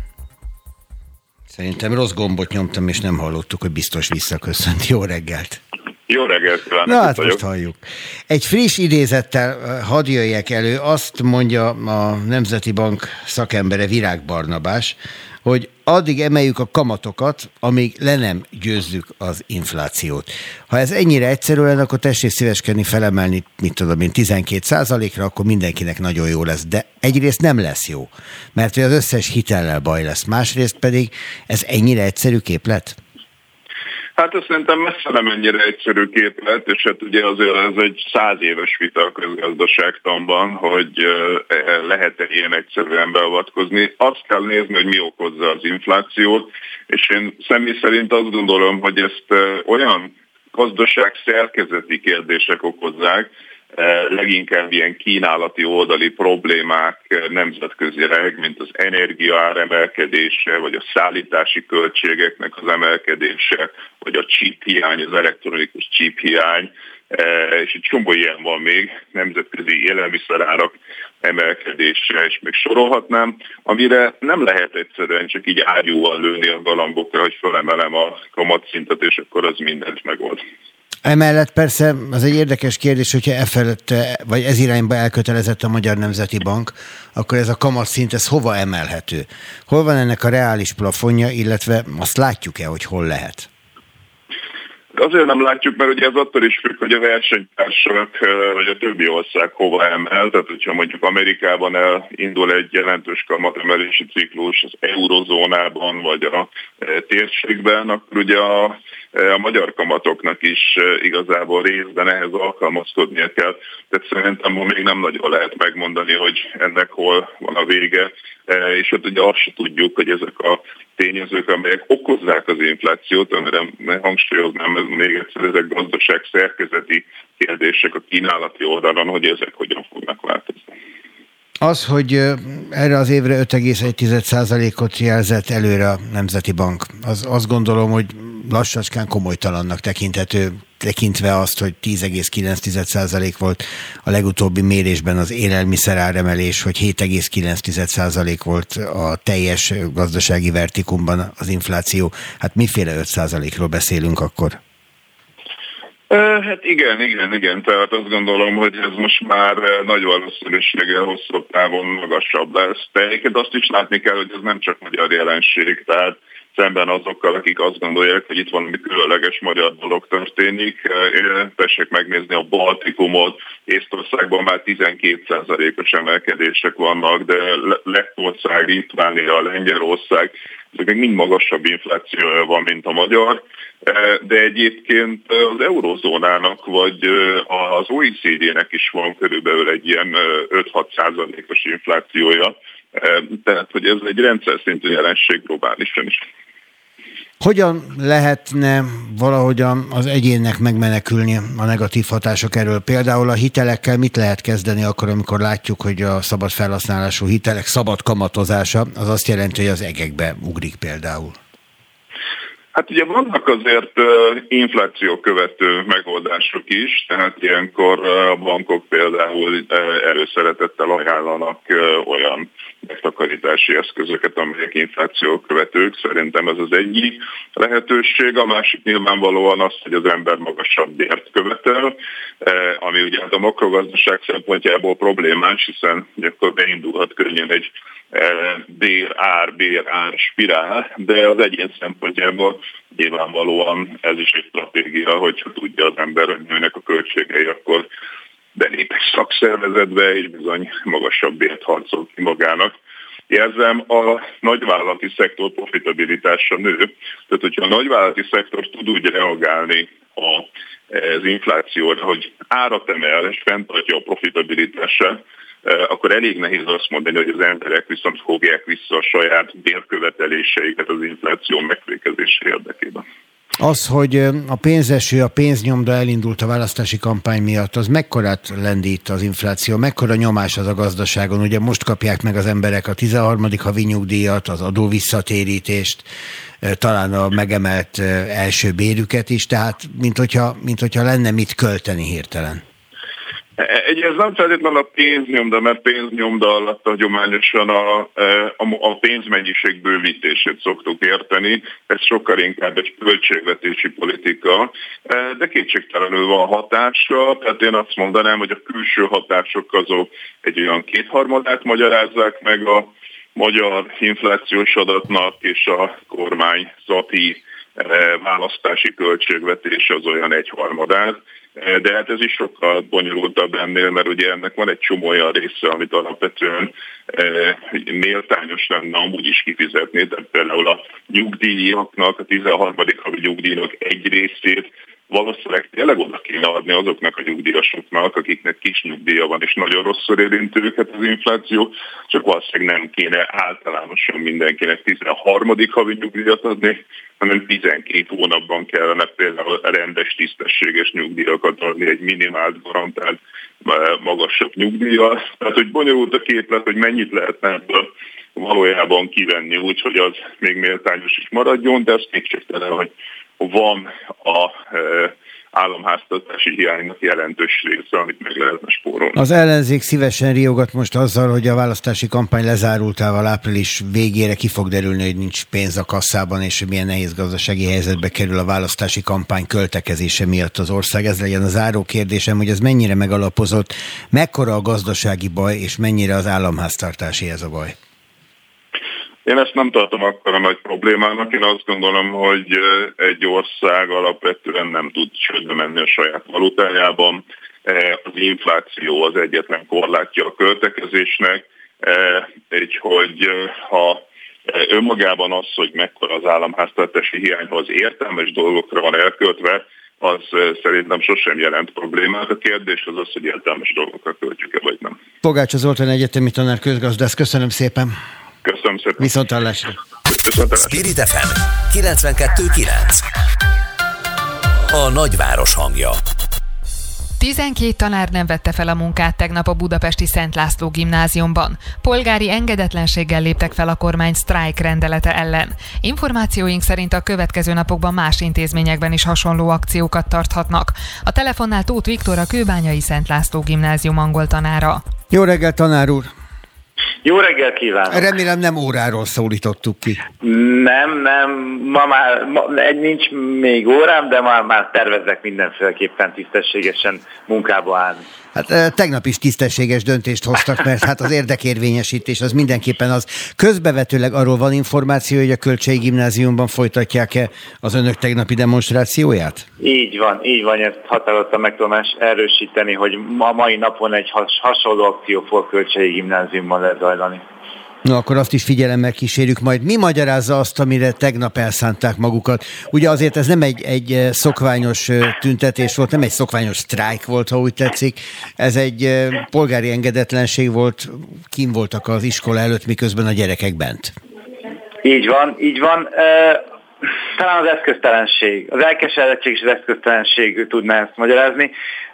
Szerintem rossz gombot nyomtam, és nem hallottuk, hogy biztos visszaköszönt. Jó reggelt! Jó reggelt kívánok! Na hát most halljuk. Egy friss idézettel hadd jöjjek elő, azt mondja a Nemzeti Bank szakembere, Virág Barnabás, hogy addig emeljük a kamatokat, amíg le nem győzzük az inflációt. Ha ez ennyire egyszerű lenne, akkor tessék szíveskedni felemelni, mit tudom én, tizenkét százalékra, akkor mindenkinek nagyon jó lesz. De egyrészt nem lesz jó, mert az összes hitellel baj lesz. Másrészt pedig ez ennyire egyszerű képlet? Hát azt szerintem messze nem ennyire egyszerű képlet, és hát ugye azért ez egy száz éves vita a közgazdaságtanban, hogy lehet-e ilyen egyszerűen beavatkozni. Azt kell nézni, hogy mi okozza az inflációt, és én személy szerint azt gondolom, hogy ezt olyan gazdaság szerkezeti kérdések okozzák, leginkább ilyen kínálati oldali problémák nemzetközileg, mint az energiaár emelkedése, vagy a szállítási költségeknek az emelkedése, vagy a chip hiány, az elektronikus chip hiány, és egy csomó ilyen van még, nemzetközi élelmiszerárak emelkedése, és még sorolhatnám, amire nem lehet egyszerűen csak így ágyúval lőni a galambokra, hogy felemelem a kamatszintet, és akkor az mindent megold. Emellett persze az egy érdekes kérdés, hogyha e felett, vagy ez irányba elkötelezett a Magyar Nemzeti Bank, akkor ez a kamatszint, ez hova emelhető? Hol van ennek a reális plafonja, illetve azt látjuk-e, hogy hol lehet? Azért nem látjuk, mert ugye ez attól is függ, hogy a versenytársak vagy a többi ország hova emel. Tehát, hogyha mondjuk Amerikában elindul egy jelentős kamatemelési ciklus az eurozónában vagy a térségben, akkor ugye a, a magyar kamatoknak is igazából részben ehhez alkalmazkodnia kell. Tehát szerintem még nem nagyon lehet megmondani, hogy ennek hol van a vége. És hát ugye azt se tudjuk, hogy ezek a tényezők, amelyek okozzák az inflációt, amire hangsúlyoznám még egyszer, ezek gazdaság szerkezeti kérdések a kínálati oldalon, hogy ezek hogyan fognak változni. Az, hogy erre az évre öt egész egy százalékot jelzett előre a Nemzeti Bank, az azt gondolom, hogy lassacskán komolytalannak tekinthető, tekintve azt, hogy tíz egész kilenc százalék volt a legutóbbi mérésben az élelmiszer áremelés, hogy hét egész kilenc százalék volt a teljes gazdasági vertikumban az infláció. Hát miféle öt százalékról beszélünk akkor? Hát igen, igen, igen. Tehát azt gondolom, hogy ez most már nagy valószínűséggel hosszabb távon magasabb lesz. De egyébként azt is látni kell, hogy ez nem csak magyar jelenség, tehát szemben azokkal, akik azt gondolják, hogy itt valami különleges magyar dolog történik. Tessék megnézni a Baltikumot, Észtországban már tizenkét százalékos emelkedések vannak, de Lettország, Litvánia, Lengyelország, ezek még mind magasabb inflációja van, mint a magyar. De egyébként az eurozónának vagy az o e cé dé-nek is van körülbelül egy ilyen öt-hat százalékos inflációja. Tehát, hogy ez egy rendszer szintű jelenség globálisan is. Hogyan lehetne valahogyan az egyénnek megmenekülni a negatív hatások erről? Például a hitelekkel mit lehet kezdeni akkor, amikor látjuk, hogy a szabad felhasználású hitelek szabad kamatozása, az azt jelenti, hogy az egekbe ugrik például? Hát ugye vannak azért uh, infláció követő megoldások is, tehát ilyenkor uh, a bankok például uh, előszeretettel ajánlanak uh, olyan megtakarítási eszközöket, amelyek infláció követők. Szerintem ez az egyik lehetőség. A másik nyilvánvalóan az, hogy az ember magasabb bért követel, ami ugye a makrogazdaság szempontjából problémás, hiszen akkor beindulhat könnyen egy bér-ár, bér-ár spirál, de az egyén szempontjából nyilvánvalóan ez is egy stratégia, hogyha tudja az ember, hogy nőnek a költségei, akkor belép egy szakszervezetbe, és bizony magasabb bért harcol ki magának. Érzem, a nagyvállalati szektor profitabilitása nő, tehát hogyha a nagyvállalati szektor tud úgy reagálni az inflációra, hogy árat emel és fenntartja a profitabilitását, akkor elég nehéz azt mondani, hogy az emberek viszont fogják vissza a saját bérköveteléseiket az infláció megfékezése érdekében. Az, hogy a pénzeső, a pénznyomda elindult a választási kampány miatt, az mekkorát lendít az infláció, mekkora nyomás az a gazdaságon? Ugye most kapják meg az emberek a tizenharmadik havi nyugdíjat, az adóvisszatérítést, talán a megemelt első bérüket is, tehát mint hogyha, mint hogyha lenne mit költeni hirtelen. Egy, ez nem feltétlenül a pénznyomda, mert pénznyomda alatt hagyományosan a, a, a pénzmennyiség bővítését szoktuk érteni, ez sokkal inkább egy költségvetési politika, de kétségtelenül van hatása, tehát én azt mondanám, hogy a külső hatások azok egy olyan kétharmadát magyarázzák meg a magyar inflációs adatnak, és a kormányzati választási költségvetés az olyan egyharmadát. De hát ez is sokkal bonyolultabb ennél, mert ugye ennek van egy csomó olyan része, amit alapvetően e, méltányos lenne amúgy is kifizetni, tehát például a nyugdíjaknak, a tizenharmadik havi nyugdíjnak egy részét valószínűleg tényleg oda kéne adni azoknak a nyugdíjasoknak, akiknek kis nyugdíja van, és nagyon rosszul érint őket az infláció, csak valószínűleg nem kéne általánosan mindenkinek tizenharmadik havi nyugdíjat adni, hanem tizenkét hónapban kellene például rendes, tisztességes nyugdíjakat adni, egy minimált garantált magasabb nyugdíjat. Tehát, hogy bonyolult a képlet, hogy mennyit lehetne ebből valójában kivenni úgy, hogy az még méltányos is maradjon, de azt kétségtelen, hogy van a államháztartási hiánynak jelentős része, amit meg lehetne spórolni. Az ellenzék szívesen riogat most azzal, hogy a választási kampány lezárultával április végére ki fog derülni, hogy nincs pénz a kasszában, és milyen nehéz gazdasági helyzetbe kerül a választási kampány költekezése miatt az ország. Ez legyen a záró kérdésem, hogy ez mennyire megalapozott, mekkora a gazdasági baj, és mennyire az államháztartási ez a baj? Én ezt nem tartom akkora nagy problémának. Én azt gondolom, hogy egy ország alapvetően nem tud csődbe menni a saját valutájában. Az infláció az egyetlen korlátja a költekezésnek, úgyhogy ha önmagában az, hogy mekkora az államháztartási hiányhoz értelmes dolgokra van elköltve, az szerintem sosem jelent problémát. A kérdés az az, hogy értelmes dolgokra költjük-e, vagy nem. Pogácsa Zoltán egyetemi tanár, közgazdász, köszönöm szépen. Köszönöm szépen. Viszonthallásra. Spirit ef em kilencvenkettő kilenc. A nagyváros hangja. tizenkét tanár nem vette fel a munkát tegnap a budapesti Szent László gimnáziumban. Polgári engedetlenséggel léptek fel a kormány sztrájk rendelete ellen. Információink szerint a következő napokban más intézményekben is hasonló akciókat tarthatnak. A telefonnál Tóth Viktor, a Kőbányai Szent László gimnázium angol tanára. Jó reggelt, tanár úr! Jó reggel kívánok! Remélem nem óráról szólítottuk ki. Nem, nem, ma már ma, nincs még órám, de már, már tervezek mindenféleképpen tisztességesen munkába állni. Hát tegnap is tisztességes döntést hoztak, mert hát az érdekérvényesítés az mindenképpen az. Közbevetőleg arról van információ, hogy a Kölcsei Gimnáziumban folytatják-e az önök tegnapi demonstrációját? Így van, így van, ezt határozottan meg tudom erősíteni, hogy a mai napon egy has, hasonló akció fog Kölcsei Gimnáziumban lezajlani. No, akkor azt is figyelemmel kísérjük majd. Mi magyarázza azt, amire tegnap elszánták magukat? Ugye azért ez nem egy, egy szokványos tüntetés volt, nem egy szokványos sztrájk volt, ha úgy tetszik. Ez egy polgári engedetlenség volt, kim voltak az iskola előtt, miközben a gyerekek bent. Így van, így van. Talán az eszköztelenség, az elkeseredtség és az eszköztelenség tudná ezt magyarázni.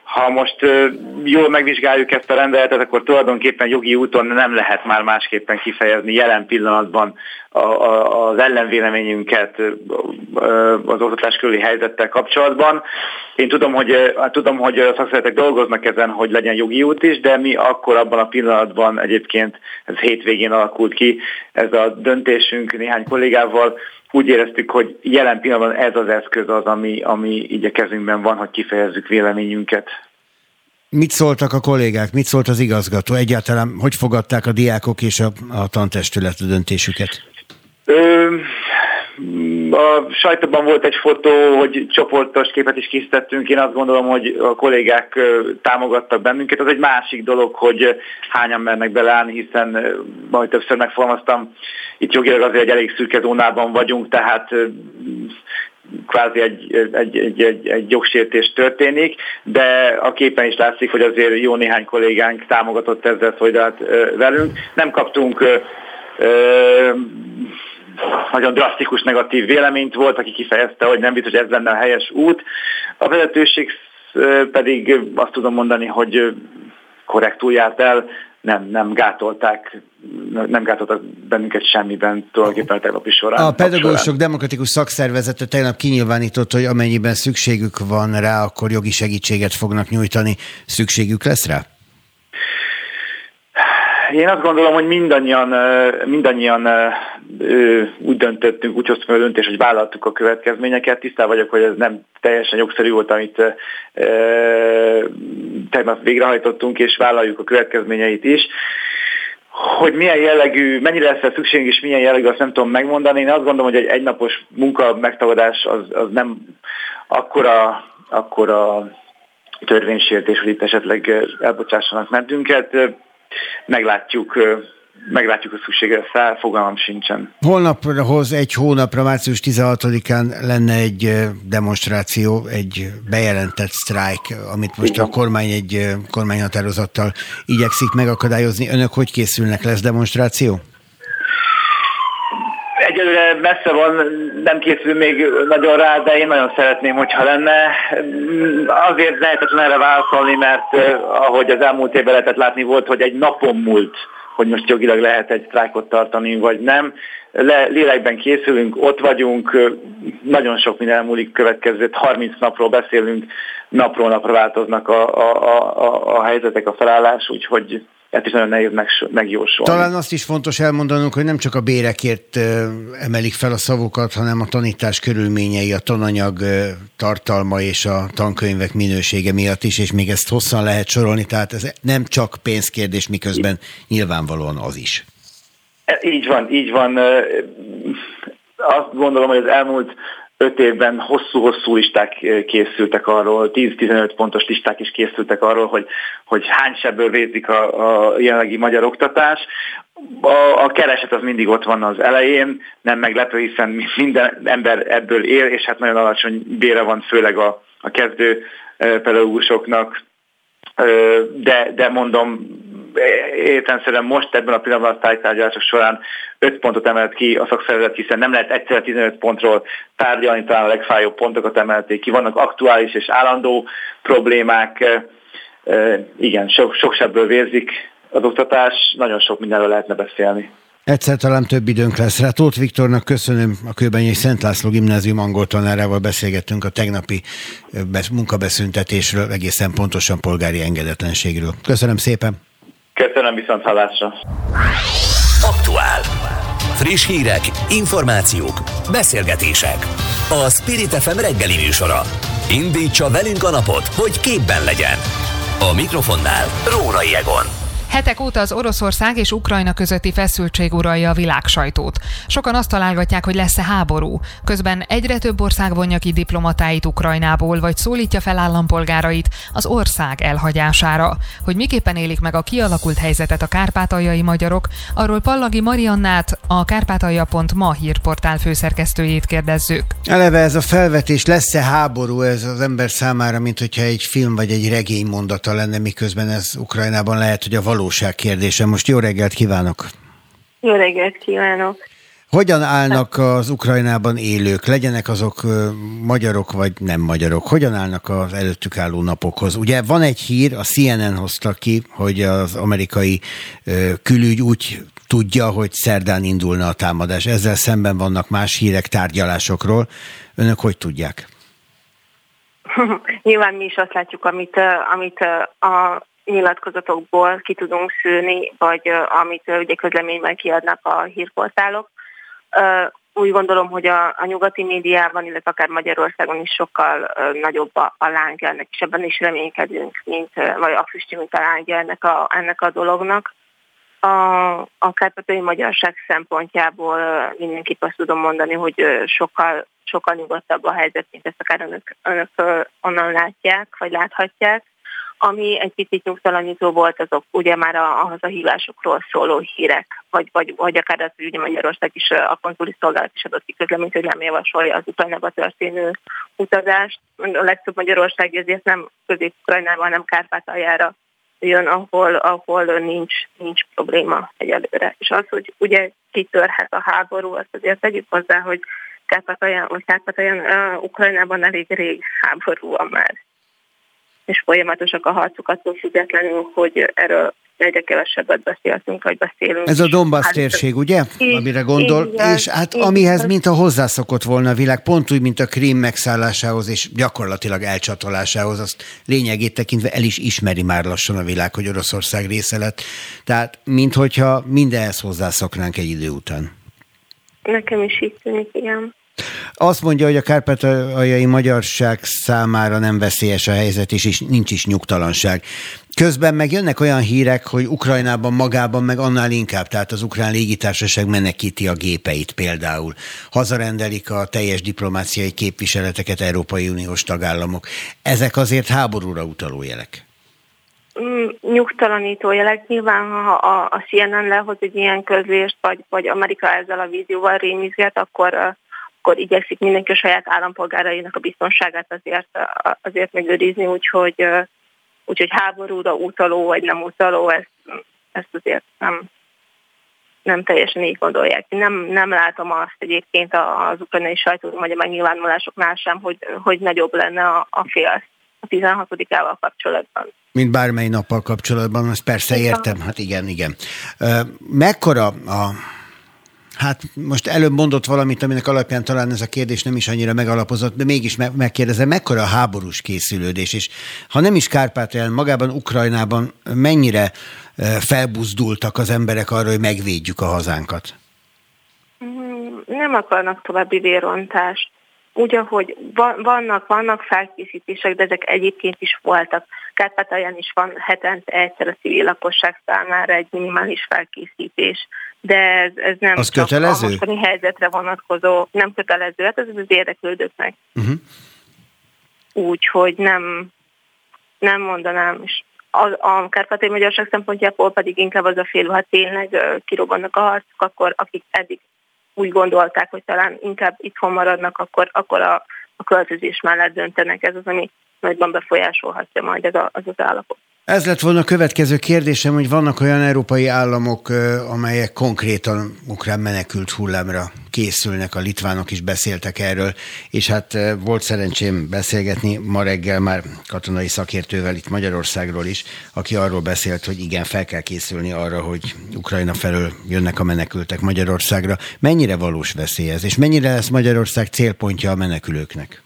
ha most jól megvizsgáljuk ezt a rendeletet, akkor tulajdonképpen jogi úton nem lehet már másképpen kifejezni jelen pillanatban a, a, az ellenvéleményünket az oktatás körüli helyzettel kapcsolatban. Én tudom, hogy, tudom, hogy a szakszervezetek dolgoznak ezen, hogy legyen jogi út is, de mi akkor abban a pillanatban egyébként, ez hétvégén alakult ki, ez a döntésünk néhány kollégával, úgy éreztük, hogy jelen pillanatban ez az eszköz az, ami, ami így a kezünkben van, hogy kifejezzük véleményünket. Mit szóltak a kollégák, mit szólt az igazgató? Egyáltalán hogy fogadták a diákok és a, a tantestület a döntésüket? Ö, a sajtóban volt egy fotó, hogy csoportos képet is készítettünk. Én azt gondolom, hogy a kollégák támogattak bennünket. Az egy másik dolog, hogy hányan mernek beleállni, hiszen, ahogy többször megfogalmaztam, itt jogilag azért egy elég szürke zónában vagyunk, tehát kvázi egy, egy, egy, egy, egy jogsértés történik, de a képen is látszik, hogy azért jó néhány kollégánk támogatott ezzel szolidát velünk. Nem kaptunk ö, ö, nagyon drasztikus negatív véleményt, volt, aki kifejezte, hogy nem biztos, hogy ez lenne a helyes út. A vezetőség pedig azt tudom mondani, hogy korrektul járt el, nem, nem gátolták, nem gátoltak bennünket semmiben tulajdonképpen a tegnapi során. A pedagógusok demokratikus szakszervezete tegnap kinyilvánított, hogy amennyiben szükségük van rá, akkor jogi segítséget fognak nyújtani. Szükségük lesz rá? Én azt gondolom, hogy mindannyian, mindannyian úgy döntöttünk, úgy hoztunk a döntést, hogy vállaltuk a következményeket. Tisztán vagyok, hogy ez nem teljesen jogszerű volt, amit tegnap végrehajtottunk, és vállaljuk a következményeit is. Hogy milyen jellegű, mennyire lesz szükségünk és milyen jellegű, azt nem tudom megmondani. Én azt gondolom, hogy egy egynapos munka megtagadás az, az nem akkora, akkora törvénysértés, hogy itt esetleg elbocsássanak bennünket. Meglátjuk, meglátjuk a szükséges száll, fogalmam sincsen. Holnapra hoz egy hónapra, március tizenhatodikán lenne egy demonstráció, egy bejelentett sztrájk, amit most igen. A kormány egy kormányhatározattal igyekszik megakadályozni. Önök hogy készülnek, lesz demonstráció? Egyelőre messze van, nem készül még nagyon rá, de én nagyon szeretném, hogyha lenne. Azért lehetetlen erre válaszolni, mert ahogy az elmúlt évben lehetett látni, volt, hogy egy napon múlt, hogy most jogilag lehet egy sztrájkot tartani, vagy nem. Le, lélekben készülünk, ott vagyunk, nagyon sok minden elmúlik következő, harminc napról beszélünk, napról napra változnak a, a, a, a helyzetek, a felállás, úgyhogy ezt is nagyon nehéz megjósolni. Talán azt is fontos elmondanunk, hogy nem csak a bérekért emelik fel a szavukat, hanem a tanítás körülményei, a tananyag tartalma és a tankönyvek minősége miatt is, és még ezt hosszan lehet sorolni, tehát ez nem csak pénzkérdés, miközben nyilvánvalóan az is. Így van, így van. Azt gondolom, hogy az elmúlt öt évben hosszú-hosszú listák készültek arról, tíz-tizenöt pontos listák is készültek arról, hogy, hogy hány sebből végzik a, a jelenlegi magyar oktatás. A, a kereset az mindig ott van az elején, nem meglepő, hiszen minden ember ebből él, és hát nagyon alacsony bére van, főleg a, a kezdő pedagógusoknak. De, de mondom, értelemszerűen most ebben a pillanatban a sztrájktárgyalások során öt pontot emelt ki a szakszervezet, hiszen nem lehet egyszerre tizenöt pontról tárgyalni, talán a legfájóbb pontokat emelték ki. Vannak aktuális és állandó problémák, igen, sok, sok sebből vérzik az oktatás, nagyon sok mindenről lehetne beszélni. Egyszer talán több időnk lesz rá. Tóth Viktornak köszönöm, a Kőbányai Szent László Gimnázium angol tanárával beszélgettünk a tegnapi munkabeszüntetésről, egészen pontosan polgári engedetlenségről. Köszönöm szépen! Köszönöm, viszont hallásra! Aktuál. Friss hírek, információk, beszélgetések. A Spirit ef em reggeli műsora. Indítsa velünk a napot, hogy képben legyen. A mikrofonnál Rórai Egon. Hetek óta az Oroszország és Ukrajna közötti feszültség uralja a világsajtót. Sokan azt találgatják, hogy lesz-e háború. Közben egyre több ország vonja ki diplomatáit Ukrajnából, vagy szólítja fel állampolgárait az ország elhagyására. Hogy miképpen élik meg a kialakult helyzetet a kárpátaljai magyarok, arról Pallagi Mariannát, a kárpátalja pont ma hírportál főszerkesztőjét kérdezzük. Eleve ez a felvetés, lesz-e háború, ez az ember számára, mint hogyha egy film vagy egy regény mondata lenne, miközben ez Ukrajnában lehet, hogy a valóság kérdése. Most jó reggelt kívánok! Jó reggelt kívánok! Hogyan állnak az Ukrajnában élők, legyenek azok magyarok vagy nem magyarok? Hogyan állnak az előttük álló napokhoz? Ugye van egy hír, a C N N hozta ki, hogy az amerikai külügy úgy tudja, hogy szerdán indulna a támadás. Ezzel szemben vannak más hírek tárgyalásokról. Önök hogy tudják? Nyilván mi is azt látjuk, amit, amit a nyilatkozatokból ki tudunk szűrni, vagy amit ugye közleményben kiadnak a hírportálok. Úgy gondolom, hogy a, a nyugati médiában, illetve akár Magyarországon is sokkal nagyobb a, a lángja ennek, és ebben is reménykedünk, mint, vagy a füstje, mint a lángja ennek a, ennek a dolognak. A, a kárpátaljai magyarság szempontjából mindenképp azt tudom mondani, hogy sokkal, sokkal nyugodtabb a helyzet, mint ezt akár önök, önök onnan látják, vagy láthatják. Ami egy picit nyugtalanító volt, azok ugye már a, a hazahívásokról szóló hírek, vagy, vagy, vagy akár az, hogy ugye Magyarország is, a konzuli szolgálat is adott ki közleményt, hogy nem javasolja az Ukrajnába történő utazást. A legtöbb Magyarország ezért nem Közép-Ukrajnába, hanem Kárpátaljára jön, ahol, ahol nincs, nincs probléma egyelőre. És az, hogy ugye kitörhet a háború, azt azért tegyük hozzá, hogy Kárpátalján, vagy Kárpátalján uh, Ukrajnában elég rég háború van már. És folyamatosak a harcok attól függetlenül, hogy erről egyre kevesebbet beszéltünk, vagy beszélünk. Ez a Donbass hát, térség, ugye? Így, amire gondol, így, és hát így, amihez mintha hozzászokott volna a világ, pont úgy, mint a Krím megszállásához és gyakorlatilag elcsatolásához, azt lényegét tekintve el is ismeri már lassan a világ, hogy Oroszország része lett. Tehát, minthogyha mindenhez hozzászoknánk egy idő után. Nekem is így tűnik, igen. Azt mondja, hogy a kárpátaljai magyarság számára nem veszélyes a helyzet, és is, nincs is nyugtalanság. Közben meg jönnek olyan hírek, hogy Ukrajnában magában meg annál inkább, tehát az ukrán légitársaság menekíti a gépeit például. Hazarendelik a teljes diplomáciai képviseleteket Európai Uniós tagállamok. Ezek azért háborúra utaló jelek. Mm, nyugtalanító jelek. Nyilván, ha a, a C N N lehoz egy ilyen közlést, vagy, vagy Amerika ezzel a vízióval rémizget, akkor akkor igyekszik mindenki a saját állampolgárainak a biztonságát azért, azért megőrizni, úgyhogy, úgyhogy háborúra utaló vagy nem utaló, ezt, ezt azért nem, nem teljesen így gondolják. Nem, nem látom azt egyébként az ukrajnai sajtóban, vagy a megnyilvánulásoknál sem, hogy, hogy nagyobb lenne a, a fél a tizenhatodikával kapcsolatban. Mint bármely nappal kapcsolatban, azt persze értem, hát igen, igen. Mekkora a... Hát most előbb mondott valamit, aminek alapján talán ez a kérdés nem is annyira megalapozott, de mégis megkérdezem, mekkora a háborús készülődés, és ha nem is Kárpátalján, magában Ukrajnában mennyire felbuzdultak az emberek arra, hogy megvédjük a hazánkat? Nem akarnak további vérontást. Úgy, ahogy vannak, vannak felkészítések, de ezek egyébként is voltak. Kárpátalján is van hetente egyszer a civil lakosság számára egy minimális felkészítés, de ez, ez nem az csak kötelező? A mostani helyzetre vonatkozó, nem kötelező, hát ez az érdeklődőknek. Uh-huh. Úgyhogy nem, nem mondanám, és a, a kárpátaljai magyarság szempontjából pedig inkább az a fél, ha tényleg kirobbannak a harcok, akkor akik eddig úgy gondolták, hogy talán inkább itthon maradnak, akkor, akkor a, a költözés mellett döntenek. Ez az, ami nagyban befolyásolhatja majd ez a, az, az állapot. Ez lett volna a következő kérdésem, hogy vannak olyan európai államok, amelyek konkrétan ukrán menekült hullámra készülnek, a litvánok is beszéltek erről, és hát volt szerencsém beszélgetni ma reggel már katonai szakértővel itt Magyarországról is, aki arról beszélt, hogy igen, fel kell készülni arra, hogy Ukrajna felől jönnek a menekültek Magyarországra. Mennyire valós veszély ez, és mennyire lesz Magyarország célpontja a menekülőknek?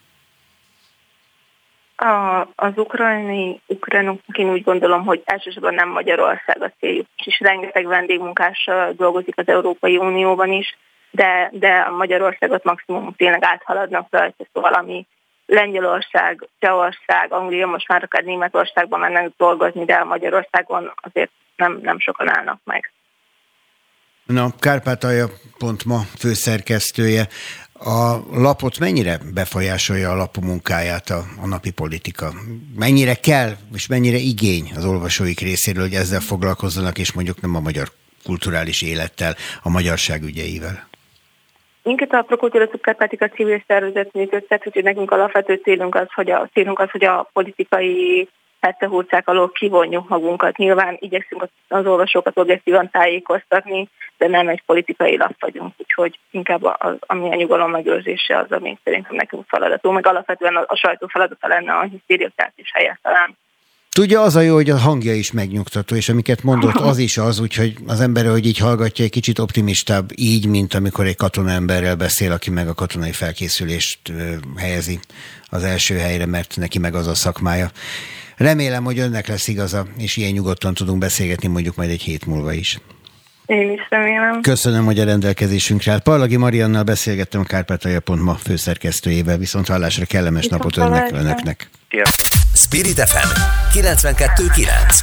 A, az ukrajnai ukránoknak én úgy gondolom, hogy elsősorban nem Magyarország a céljuk, és rengeteg vendégmunkás dolgozik az Európai Unióban is, de, de a Magyarországot maximum tényleg áthaladnak rajta, szóval ami Lengyelország, Csehország, Anglia, most már akár Németországban mennek dolgozni, de a Magyarországon azért nem, nem sokan állnak meg. Na, Kárpátalja pont ma főszerkesztője. A lapot mennyire befolyásolja a lap munkáját a, a napi politika? Mennyire kell, és mennyire igény az olvasóik részéről, hogy ezzel foglalkozzanak, és mondjuk nem a magyar kulturális élettel, a magyarság ügyeivel? Minket a Prokultúra Subkárpátika civil szervezet működtet, úgyhogy nekünk alapvető célunk az, hogy a, célunk az, hogy a politikai hurcák alól kivonjuk magunkat. Nyilván igyekszünk az olvasókat objektívan tájékoztatni, de nem egy politikai lap vagyunk, úgyhogy inkább az, ami a nyugalom megőrzése az, ami szerintem nekünk feladatunk, meg alapvetően a, a sajtó feladata lenne a hisztériát is helyeztelem. Tudja, az a jó, hogy a hangja is megnyugtató, és amiket mondott, az is az, úgyhogy az ember, hogy így hallgatja, egy kicsit optimistább így, mint amikor egy katona emberrel beszél, aki meg a katonai felkészülést helyezi az első helyre, mert neki meg az a szakmája. Remélem, hogy önnek lesz igaza, és ilyen nyugodtan tudunk beszélgetni mondjuk majd egy hét múlva is. Én is remélem. Köszönöm, hogy a rendelkezésünkre állt. Parlagi Mariannal beszélgettem, a Kárpátalja pont ma főszerkesztőjével. Viszont hallásra, kellemes Viszont napot önnek, önöknek. Spirit ef em kilencvenkettő kilenc.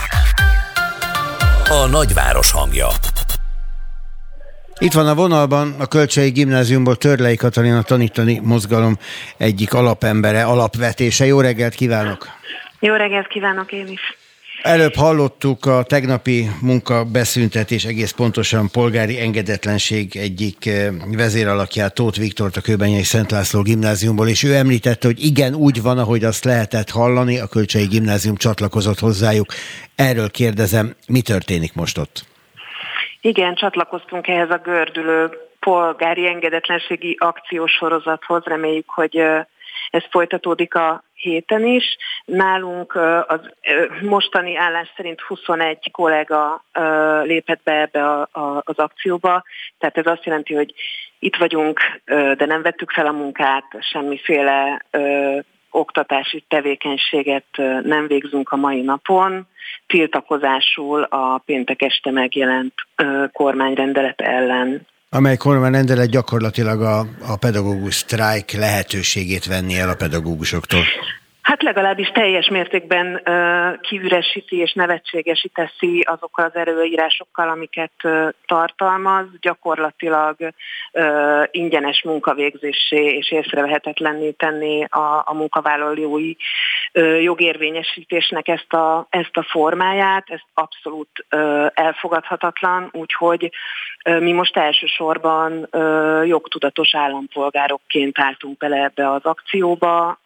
A nagyváros hangja. Itt van a vonalban a Kölcsei Gimnáziumból Törlei Katalin, a tanítani mozgalom egyik alapembere, alapvetése. Jó reggelt kívánok! Jó reggelt kívánok én is! Előbb hallottuk a tegnapi munkabeszüntetés, egész pontosan polgári engedetlenség egyik vezéralakját, Tóth Viktort, a Kőbenyei Szent László Gimnáziumból, és ő említette, hogy igen, úgy van, ahogy azt lehetett hallani, a Kölcsei Gimnázium csatlakozott hozzájuk. Erről kérdezem, mi történik most ott? Igen, csatlakoztunk ehhez a gördülő polgári engedetlenségi akciósorozathoz. Reméljük, hogy ez folytatódik a héten is. Nálunk az mostani állás szerint huszonegy kollega lépett be ebbe az akcióba, tehát ez azt jelenti, hogy itt vagyunk, de nem vettük fel a munkát, semmiféle oktatási tevékenységet nem végzünk a mai napon. Tiltakozásul a péntek este megjelent kormányrendelet ellen. Amely kormányrendelet gyakorlatilag a, a pedagógus sztrájk lehetőségét venni el a pedagógusoktól. Hát legalábbis teljes mértékben uh, kiüresíti és nevetségesi teszi azokkal az előírásokkal, amiket uh, tartalmaz, gyakorlatilag uh, ingyenes munkavégzésé és észrevehetetlenné tenni a, a munkavállalói uh, jogérvényesítésnek ezt a, ezt a formáját, ez abszolút uh, elfogadhatatlan, úgyhogy uh, mi most elsősorban uh, jogtudatos állampolgárokként álltunk bele ebbe az akcióba,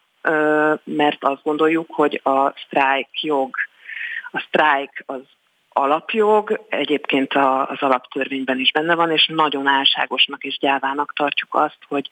mert azt gondoljuk, hogy a sztrájk jog, a sztrájk az alapjog, egyébként az alaptörvényben is benne van, és nagyon álságosnak és gyávának tartjuk azt, hogy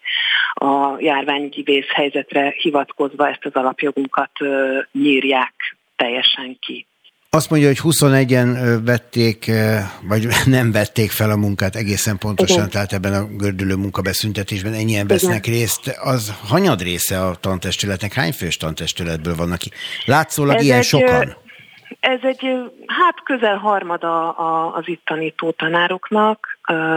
a járványügyi vészhelyzetre hivatkozva ezt az alapjogunkat nyírják teljesen ki. Azt mondja, hogy huszonegyen vették, vagy nem vették fel a munkát egészen pontosan, igen. Tehát ebben a gördülő munkabeszüntetésben ennyien vesznek igen. részt. Az hanyad része a tantestületnek? Hány fős tantestületből vannak ki? Látszólag ez ilyen egy, sokan? Ez egy, hát közel harmada az itt tanító tanároknak,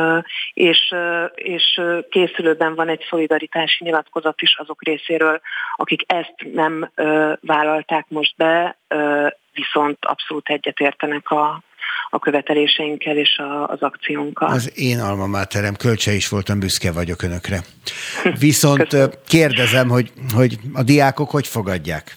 és, és készülőben van egy szolidaritási nyilatkozat is azok részéről, akik ezt nem vállalták most be, viszont abszolút egyetértenek a, a követeléseinkkel és a, az akciónkkal. Az én alma máterem, Kölcsei is voltam, büszke vagyok önökre. Viszont köszönöm. Kérdezem, hogy, hogy a diákok hogy fogadják?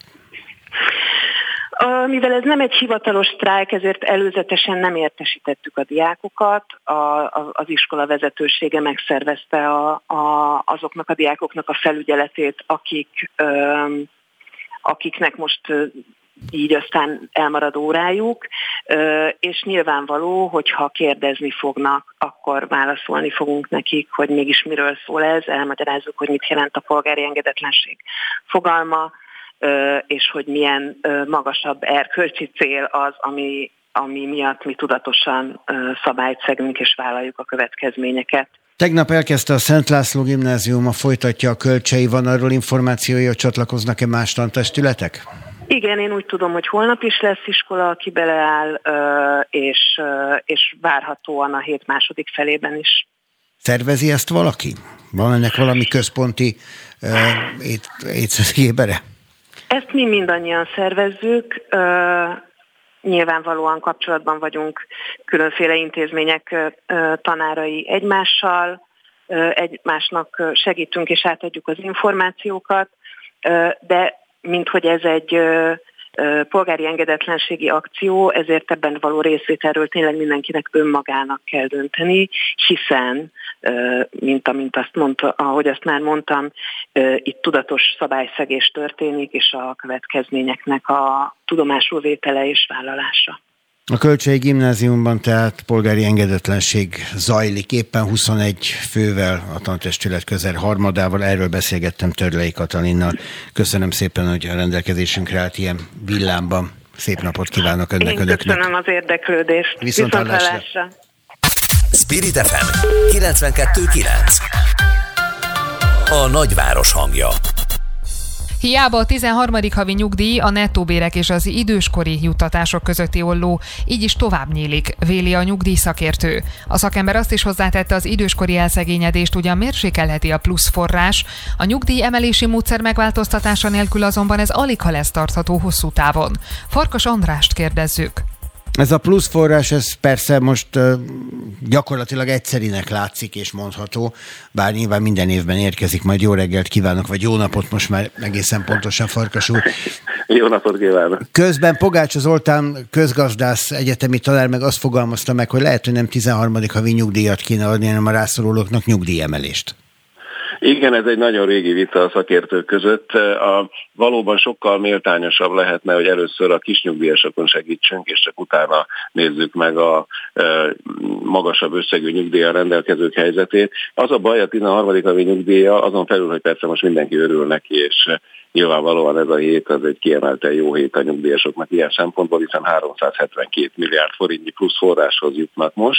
Mivel ez nem egy hivatalos sztrájk, ezért előzetesen nem értesítettük a diákokat. A, a, az iskola vezetősége megszervezte a, a, azoknak a diákoknak a felügyeletét, akik, ö, akiknek most ö, így aztán elmarad órájuk, ö, és nyilvánvaló, hogyha kérdezni fognak, akkor válaszolni fogunk nekik, hogy mégis miről szól ez, elmagyarázzuk, hogy mit jelent a polgári engedetlenség fogalma, és hogy milyen magasabb erkölcsi cél az, ami, ami miatt mi tudatosan szabályt szegünk és vállaljuk a következményeket. Tegnap elkezdte a Szent László Gimnáziuma, folytatja a Kölcsei. Van arról információja, hogy csatlakoznak-e más tantestületek? Igen, én úgy tudom, hogy holnap is lesz iskola, aki beleáll, és, és várhatóan a hét második felében is. Szervezi ezt valaki? Van ennek valami központi étszőjébere? Ezt mi mindannyian szervezzük, uh, nyilvánvalóan kapcsolatban vagyunk különféle intézmények uh, tanárai egymással, uh, egymásnak segítünk és átadjuk az információkat, uh, de minthogy ez egy uh, uh, polgári engedetlenségi akció, ezért ebben való részvételről tényleg mindenkinek önmagának kell dönteni, hiszen mint amint azt mondta, ahogy azt már mondtam, itt tudatos szabályszegés történik, és a következményeknek a tudomásul vétele és vállalása. A Kölcsei Gimnáziumban tehát polgári engedetlenség zajlik, éppen huszonegy fővel, a tantestület közel harmadával. Erről beszélgettem Törlei Katalinnal. Köszönöm szépen, hogy a rendelkezésünkre állt ilyen villámban. Szép napot kívánok önnek, Én önöknek. Köszönöm az érdeklődést. Viszont hallásra. Spirit ef em kilencvenkettő kilenc. A nagyváros hangja. Hiába a tizenharmadik havi nyugdíj, a nettóbérek és az időskori juttatások közötti olló így is tovább nyílik, véli a nyugdíjszakértő. A szakember azt is hozzátette, az időskori elszegényedést ugyan mérsékelheti a plusz forrás, a nyugdíj emelési módszer megváltoztatása nélkül azonban ez aligha lesz tartható hosszú távon. Farkas Andrást kérdezzük. Ez a plusz forrás, ez persze most uh, gyakorlatilag egyszerinek látszik és mondható, bár nyilván minden évben érkezik, majd jó reggelt kívánok, vagy jó napot most már egészen pontosan, Farkas úr. Jó napot kívánok! Közben Pogács Zoltán közgazdász egyetemi tanár meg azt fogalmazta meg, hogy lehet, hogy nem tizenharmadik havi nyugdíjat kéne adni, hanem a rászorulóknak nyugdíjemelést. Igen, ez egy nagyon régi vita a szakértők között. A, valóban sokkal méltányosabb lehetne, hogy először a kisnyugdíjasokon segítsünk, és csak utána nézzük meg a e, magasabb összegű nyugdíjjal rendelkezők helyzetét. Az a baj a tizenharmadik havi nyugdíja, azon felül, hogy persze most mindenki örül neki, és nyilvánvalóan ez a hét az egy kiemelten jó hét a nyugdíjasoknak ilyen szempontból, hiszen háromszázhetvenkét milliárd forintnyi plusz forráshoz jutnak most.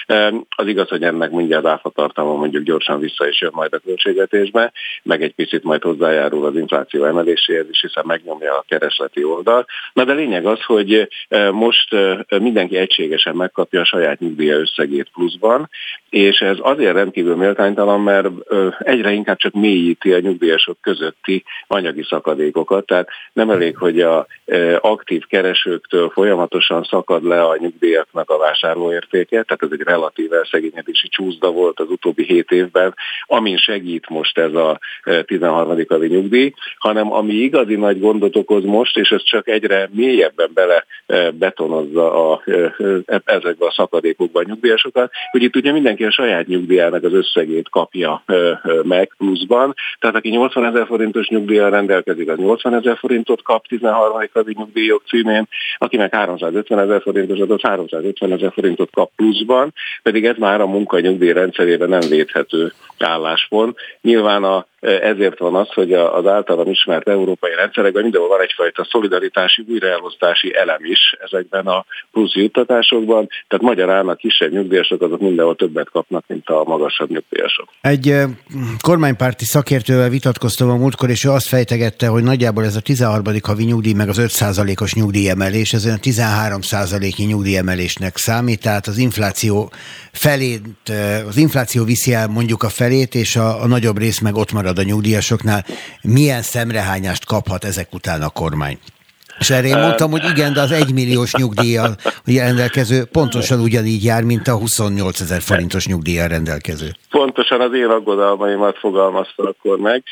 Az igaz, hogy ennek mindjárt áfatartalma mondjuk gyorsan vissza is jön majd a költségvetésbe, meg egy picit majd hozzájárul az infláció emeléséhez is, hiszen megnyomja a keresleti oldalt. Na de lényeg az, hogy most mindenki egységesen megkapja a saját nyugdíja összegét pluszban, és ez azért rendkívül méltánytalan, mert egyre inkább csak mélyíti a nyugdíjasok közötti anyagi szakadékokat, tehát nem elég, hogy a aktív keresőktől folyamatosan szakad le a nyugdíjaknak a vásárlóértéke, tehát ez egy relatív elszegényedési csúszda volt az utóbbi hét évben, amin segít most ez a tizenharmadik havi nyugdíj, hanem ami igazi nagy gondot okoz most, és ez csak egyre mélyebben bele betonozza a, ezekbe a szakadékokba a nyugdíjasokat, hogy itt ugye mindenki a saját nyugdíjának az összegét kapja meg pluszban, tehát aki nyolcvanezer forintos nyugdíjjal rendelkezik, az nyolcvanezer forintot kap tizenharmadik havi nyugdíjok címén, aki meg háromszázötvenezer forintos, az háromszázötvenezer forintot kap pluszban, pedig ez már a munkanyugdíj rendszerében nem védhető álláspont. Nyilván a, ezért van az, hogy az általam ismert európai rendszerekben mindenhol van egyfajta szolidaritási, újraelosztási elem is ezekben a plusz juttatásokban, tehát magyarán a kisebb nyugdíjasok azok mindenhol többet kapnak, mint a magasabb nyugdíjasok. Egy kormánypárti szakértővel vitatkoztam a múltkor, és ő azt fejtegette, hogy nagyjából ez a tizenharmadik havi nyugdíj, meg az öt százalékos nyugdíjemelés, ez olyan tizenhárom százaléknyi nyugdíjemelésnek számít, tehát az infláció felét, az infláció viszi el mondjuk a felét, és a, a nagyobb rész meg ott marad a nyugdíjasoknál. Milyen szemrehányást kaphat ezek után a kormány? És erre én mondtam, hogy igen, de az egymilliós nyugdíjjal rendelkező pontosan ugyanígy jár, mint a huszonnyolcezer forintos nyugdíjjal rendelkező. Pontosan az én aggodalmaimat fogalmazta akkor meg.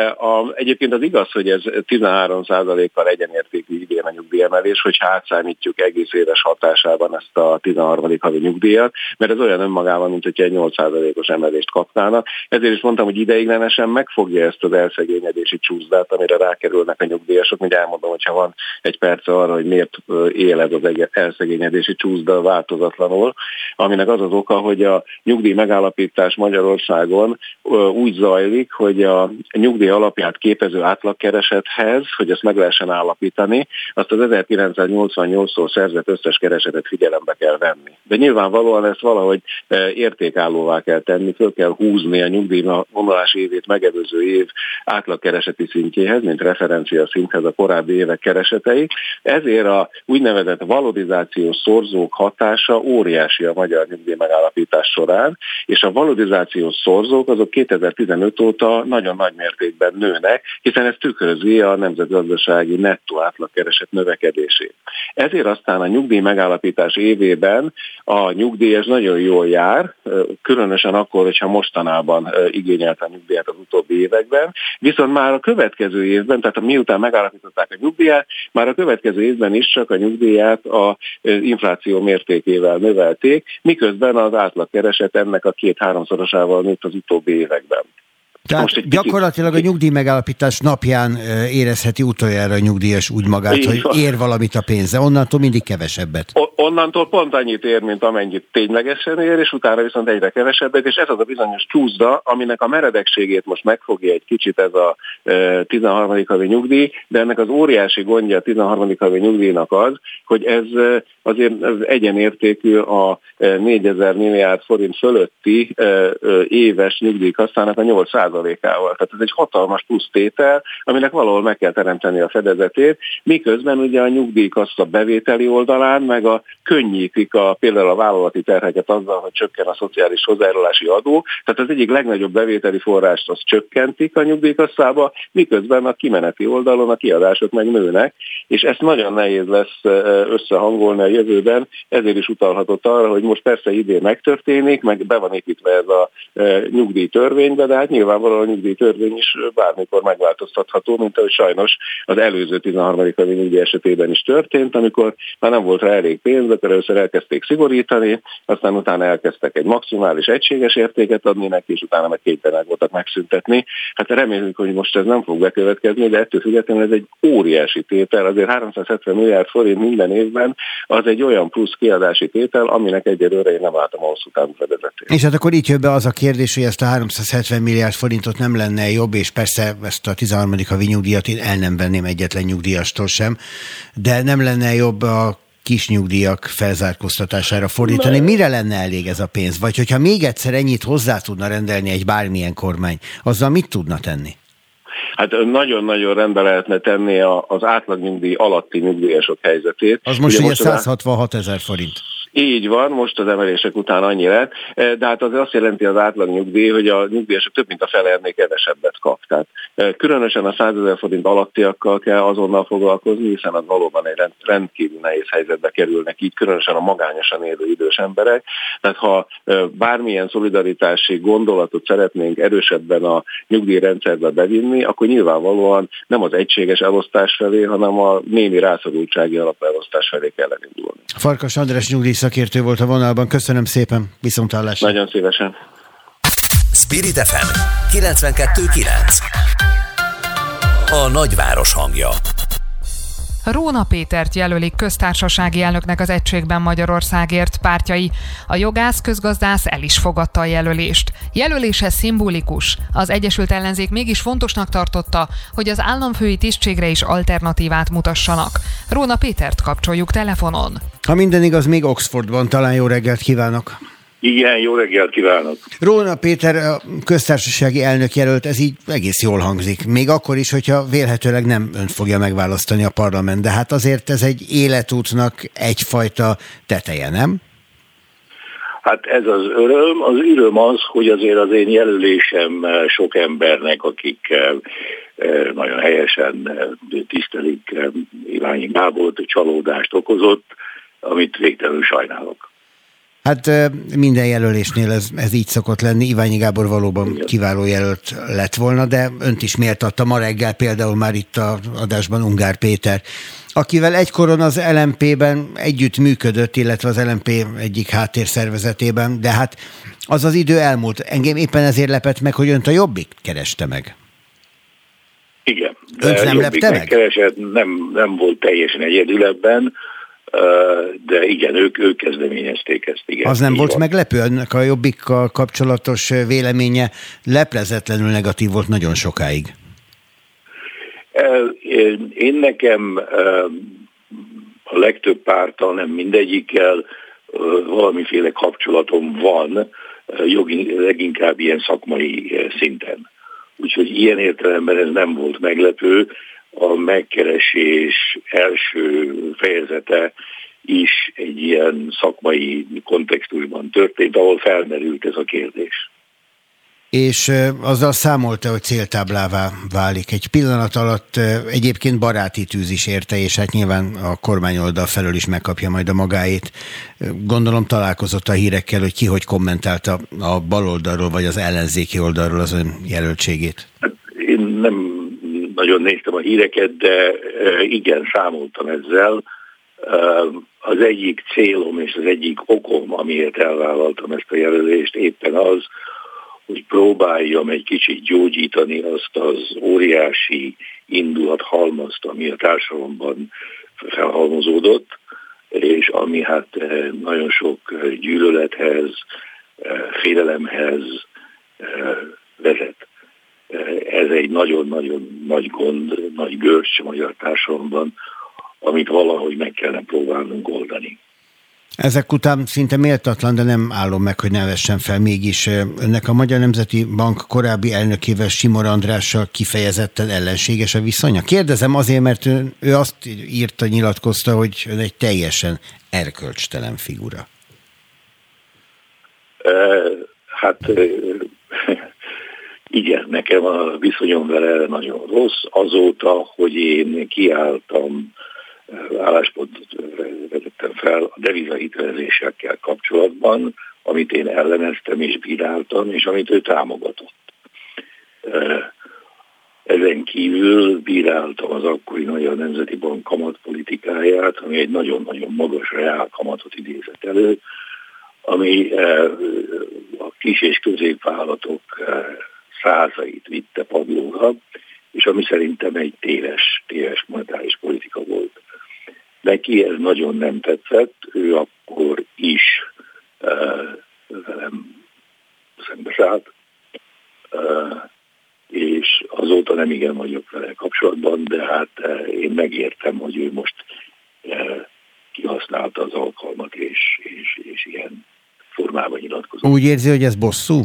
A, egyébként az igaz, hogy ez tizenhárom százalékkal egyenértékű idén a nyugdíjemelés, hogy átszámítjuk egész éves hatásában ezt a tizenharmadik havi nyugdíjat, mert ez olyan önmagában, mint hogyha egy nyolc százalékos emelést kapnának. Ezért is mondtam, hogy ideiglenesen megfogja ezt az elszegényedési csúszdát, amire rákerülnek a nyugdíjasok. Még elmondom, hogyha van egy perc arra, hogy miért él ez az elszegényedési csúszda változatlanul, aminek az az oka, hogy a nyugdíj megállapítás Magyarországon úgy zajlik, hogy a nyugdíj alapját képező átlagkeresethez, hogy ezt meg lehessen állapítani, azt az ezerkilencszáznyolcvannyolctól szerzett összes keresetet figyelembe kell venni. De nyilvánvalóan ezt valahogy értékállóvá kell tenni, föl kell húzni a nyugdíjvonulási évét megelőző év átlagkereseti szintjéhez, mint referencia szinthez a korábbi évek keresetei. Ezért a úgynevezett valorizációs szorzók hatása óriási a magyar nyugdíj megállapítás során, és a valorizációs szorzók azok kétezer-tizenöt óta nagyon nagy mértékben nőnek, hiszen ez tükrözi a nemzetgazdasági nettó átlagkereset növekedését. Ezért aztán a nyugdíj megállapítás évében a nyugdíjas nagyon jól jár, különösen akkor, hogyha mostanában igényelte a nyugdíjat az utóbbi években, viszont már a következő évben, tehát miután megállapították a nyugdíjat, már a következő évben is csak a nyugdíját az infláció mértékével növelték, miközben az átlagkereset ennek a két-háromszorosával nőtt az utóbbi években. Tehát gyakorlatilag a nyugdíj megállapítás napján érezheti utoljára a nyugdíjas úgy magát, így hogy van. Ér valamit a pénze, onnantól mindig kevesebbet. O- onnantól pont annyit ér, mint amennyit ténylegesen ér, és utána viszont egyre kevesebbet, és ez az a bizonyos csúszda, aminek a meredekségét most megfogja egy kicsit ez a e, tizenharmadik havi nyugdíj, de ennek az óriási gondja a tizenharmadik havi nyugdíjnak az, hogy ez azért ez egyenértékű a négyezer milliárd forint fölötti e, e, éves nyugdíjkasszának a nyolc százalékával. Tehát ez egy hatalmas plusz tétel, aminek valahol meg kell teremteni a fedezetét, miközben ugye a nyugdíjkassa bevételi oldalán, meg a könnyítik a, például a vállalati terheket azzal, hogy csökken a szociális hozzájárulási adó. Tehát az egyik legnagyobb bevételi forrást az csökkentik a nyugdíjkasszába, miközben a kimeneti oldalon a kiadások meg nőnek, és ezt nagyon nehéz lesz összehangolni a jövőben, ezért is utalhatott arra, hogy most persze idén megtörténik, meg be van építve ez a nyugdíjtörvénybe, de hát nyilvánvalóan a nyugdíjtörvény is bármikor megváltoztatható, mint ahogy sajnos az előző tizenharmadik havi nyugdíj esetében is történt, amikor már nem volt rá elég pénz, akkor először elkezdték szigorítani, aztán utána elkezdtek egy maximális egységes értéket adni neki, és utána meg kénytelenek voltak megszüntetni. Hát reméljük, hogy most ez nem fog bekövetkezni, de ettől függetlenül ez egy óriási tétel, azért háromszázhetven milliárd forint minden évben, az egy olyan plusz kiadási tétel, aminek egyelőre én nem látom a hosszú távú fedezetét. És hát akkor így jön be az a kérdés, hogy ezt a háromszázhetven milliárd forintot nem lenne jobb, és persze ezt a tizenharmadik havi nyugdíjat én el nem venném egyetlen nyugdíjastól sem, de nem lenne jobb a kis nyugdíjak felzárkóztatására fordítani. Mire lenne elég ez a pénz? Vagy hogyha még egyszer ennyit hozzá tudna rendelni egy bármilyen kormány, azzal mit tudna tenni? Hát nagyon-nagyon rendbe lehetne tenni az átlagnyugdíj alatti nyugdíjasok helyzetét. Az most ugye, ugye százhatvanhat ezer forint. Így van, most az emelések után annyi lett, de hát az azt jelenti az átlagnyugdíj, hogy a nyugdíjasok több mint a fele ennél kevesebbet kap. Tehát különösen a százezer forint alattiakkal kell azonnal foglalkozni, hiszen az valóban egy rend, rendkívül nehéz helyzetbe kerülnek így, különösen a magányosan élő idős emberek. Tehát ha bármilyen szolidaritási gondolatot szeretnénk erősebben a nyugdíjrendszerbe bevinni, akkor nyilvánvalóan nem az egységes elosztás felé, hanem a némi rászorultsági alapelosztás felé kell elindulni. Farkas András nyugdíjszakértő volt a vonalban. Köszönöm szépen, viszonthallásra. Nagyon szívesen. Spirit ef em kilencvenkettő kilenc. A nagyváros hangja. Róna Pétert jelölik köztársasági elnöknek az Egységben Magyarországért pártjai. A jogász közgazdász el is fogadta a jelölést. Jelölése szimbolikus. Az Egyesült Ellenzék mégis fontosnak tartotta, hogy az államfői tisztségre is alternatívát mutassanak. Róna Pétert kapcsoljuk telefonon. Ha minden igaz, még Oxfordban. Talán jó reggelt kívánok! Igen, jó reggelt kívánok! Róna Péter a köztársasági elnök jelölt, ez így egész jól hangzik. Még akkor is, hogyha vélhetőleg nem önt fogja megválasztani a parlament, de hát azért ez egy életútnak egyfajta teteje, nem? Hát ez az öröm. Az öröm az, hogy azért az én jelölésem sok embernek, akik nagyon helyesen tisztelik Iványi Gábort, csalódást okozott, amit végtelenül sajnálok. Hát minden jelölésnél ez, ez így szokott lenni. Iványi Gábor valóban kiváló jelölt lett volna, de önt is méltatta ma reggel például már itt az adásban Ungár Péter, akivel egykoron az el em pé-ben együtt működött, illetve az el em pé egyik háttérszervezetében, de hát az az idő elmúlt. Engem éppen ezért lepett meg, hogy önt a Jobbik kereste meg. Igen. Önt nem lepte meg? Keresett, nem, nem volt teljesen egyedül ebben, de igen, ők, ők kezdeményezték ezt. Igen, az nem volt van. Meglepő? Ennek a Jobbikkal kapcsolatos véleménye leplezetlenül negatív volt nagyon sokáig. Én nekem a legtöbb párttal, nem mindegyikkel valamiféle kapcsolatom van, jogi, leginkább ilyen szakmai szinten. Úgyhogy ilyen értelemben ez nem volt meglepő. A megkeresés első fejezete is egy ilyen szakmai kontextusban történt, ahol felmerült ez a kérdés. És azzal számolta, hogy céltáblává válik. Egy pillanat alatt egyébként baráti tűz is érte, és hát nyilván a kormányoldal felől is megkapja majd a magáét. Gondolom találkozott a hírekkel, hogy ki hogy kommentálta a baloldalról, vagy az ellenzéki oldalról az ön jelöltségét. Hát én nem nagyon néztem a híreket, de igen, számoltam ezzel. Az egyik célom és az egyik okom, amiért elvállaltam ezt a jelölést, éppen az, hogy próbáljam egy kicsit gyógyítani azt az óriási indulathalmazt, ami a társadalomban felhalmozódott, és ami hát nagyon sok gyűlölethez, félelemhez vezet. Ez egy nagyon-nagyon nagy gond, nagy görcs a magyar társadalomban, amit valahogy meg kellene próbálnunk oldani. Ezek után szinte méltatlan, de nem állom meg, hogy ne vessen fel mégis. Önnek a Magyar Nemzeti Bank korábbi elnökével, Simor Andrással kifejezetten ellenséges a viszonya? Kérdezem azért, mert ő, ő azt írta, nyilatkozta, hogy ön egy teljesen erkölcstelen figura. Hát igen, nekem a viszonyom vele nagyon rossz. Azóta, hogy én kiálltam, álláspontot vezettem fel a devizahitelezésekkel kapcsolatban, amit én elleneztem és bíráltam, és amit ő támogatott. Ezen kívül bíráltam az akkori Magyar Nemzeti Bank kamatpolitikáját, ami egy nagyon-nagyon magas reál kamatot idézett elő, ami a kis és középvállalatok százait vitte padlóra, és ami szerintem egy téves, téves monetáris politika volt. Neki ez nagyon nem tetszett, ő akkor is uh, velem szembeszállt, uh, és azóta nem igen vagyok vele kapcsolatban, de hát uh, én megértem, hogy ő most uh, kihasználta az alkalmat, és, és, és ilyen formában nyilatkozott. Úgy érzi, hogy ez bosszú?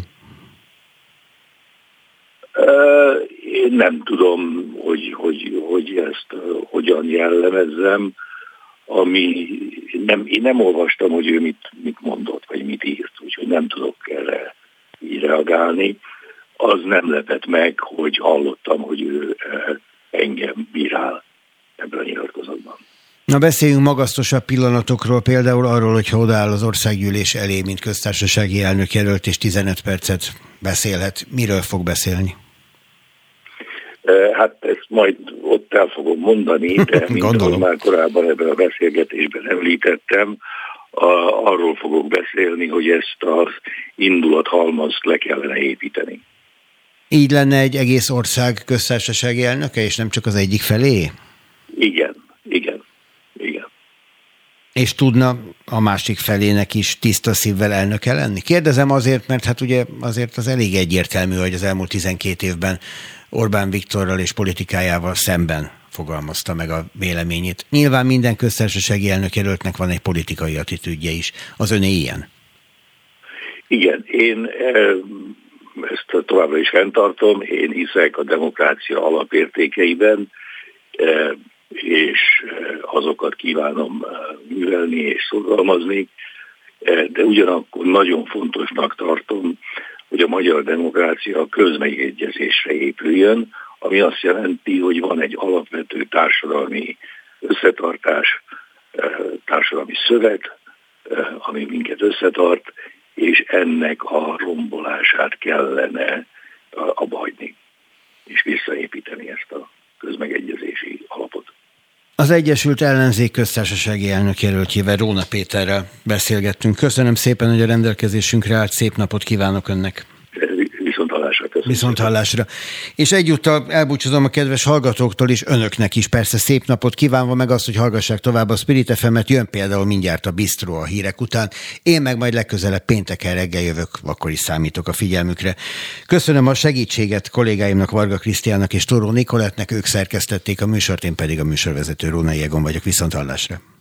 Uh, én nem tudom, hogy, hogy, hogy ezt uh, hogyan jellemezzem, ami nem, én nem olvastam, hogy ő mit, mit mondott, vagy mit írt, úgyhogy nem tudok erre így reagálni. Az nem lepett meg, hogy hallottam, hogy ő uh, engem bírál ebben a nyilatkozatban. Na, beszéljünk magasztosabb pillanatokról, például arról, hogyha odaáll az országgyűlés elé, mint köztársasági elnök jelölt, és tizenöt percet beszélhet. Miről fog beszélni? Hát ezt majd ott el fogom mondani, de mint ahogy már korábban ebben a beszélgetésben említettem, a, arról fogok beszélni, hogy ezt az indulathalmazt le kellene építeni. Így lenne egy egész ország köztársasági elnöke, és nem csak az egyik felé? Igen, igen, igen. És tudna a másik felének is tiszta szívvel elnöke lenni? Kérdezem azért, mert hát ugye azért az elég egyértelmű, hogy az elmúlt tizenkét évben Orbán Viktorral és politikájával szemben fogalmazta meg a véleményét. Nyilván minden köztársasági elnökjelöltnek van egy politikai attitűdje is. Az öné ilyen? Igen, én ezt továbbra is fenntartom. Én hiszek a demokrácia alapértékeiben, és azokat kívánom művelni és szorgalmazni, de ugyanakkor nagyon fontosnak tartom, hogy a magyar demokrácia a közmegegyezésre épüljön, ami azt jelenti, hogy van egy alapvető társadalmi összetartás, társadalmi szövet, ami minket összetart, és ennek a rombolását kellene abba hagyni, és visszaépíteni ezt a közmegegyezési alapot. Az Egyesült Ellenzék köztársasági elnökjelöltjével, Róna Péterrel beszélgettünk. Köszönöm szépen, hogy a rendelkezésünkre állt. Szép napot kívánok önnek. Viszonthallásra. Viszonthallásra. És egyúttal elbúcsúzom a kedves hallgatóktól is, önöknek is persze szép napot kívánva, meg azt, hogy hallgassák tovább a Spirit ef em-et. Jön például mindjárt a Bistró a hírek után. Én meg majd legközelebb pénteken reggel jövök, akkor is számítok a figyelmükre. Köszönöm a segítséget kollégáimnak, Varga Krisztiánnak és Toró Nikolettnek, ők szerkesztették a műsort, én pedig a műsorvezető Rónai Egon vagyok. Viszonthallásra.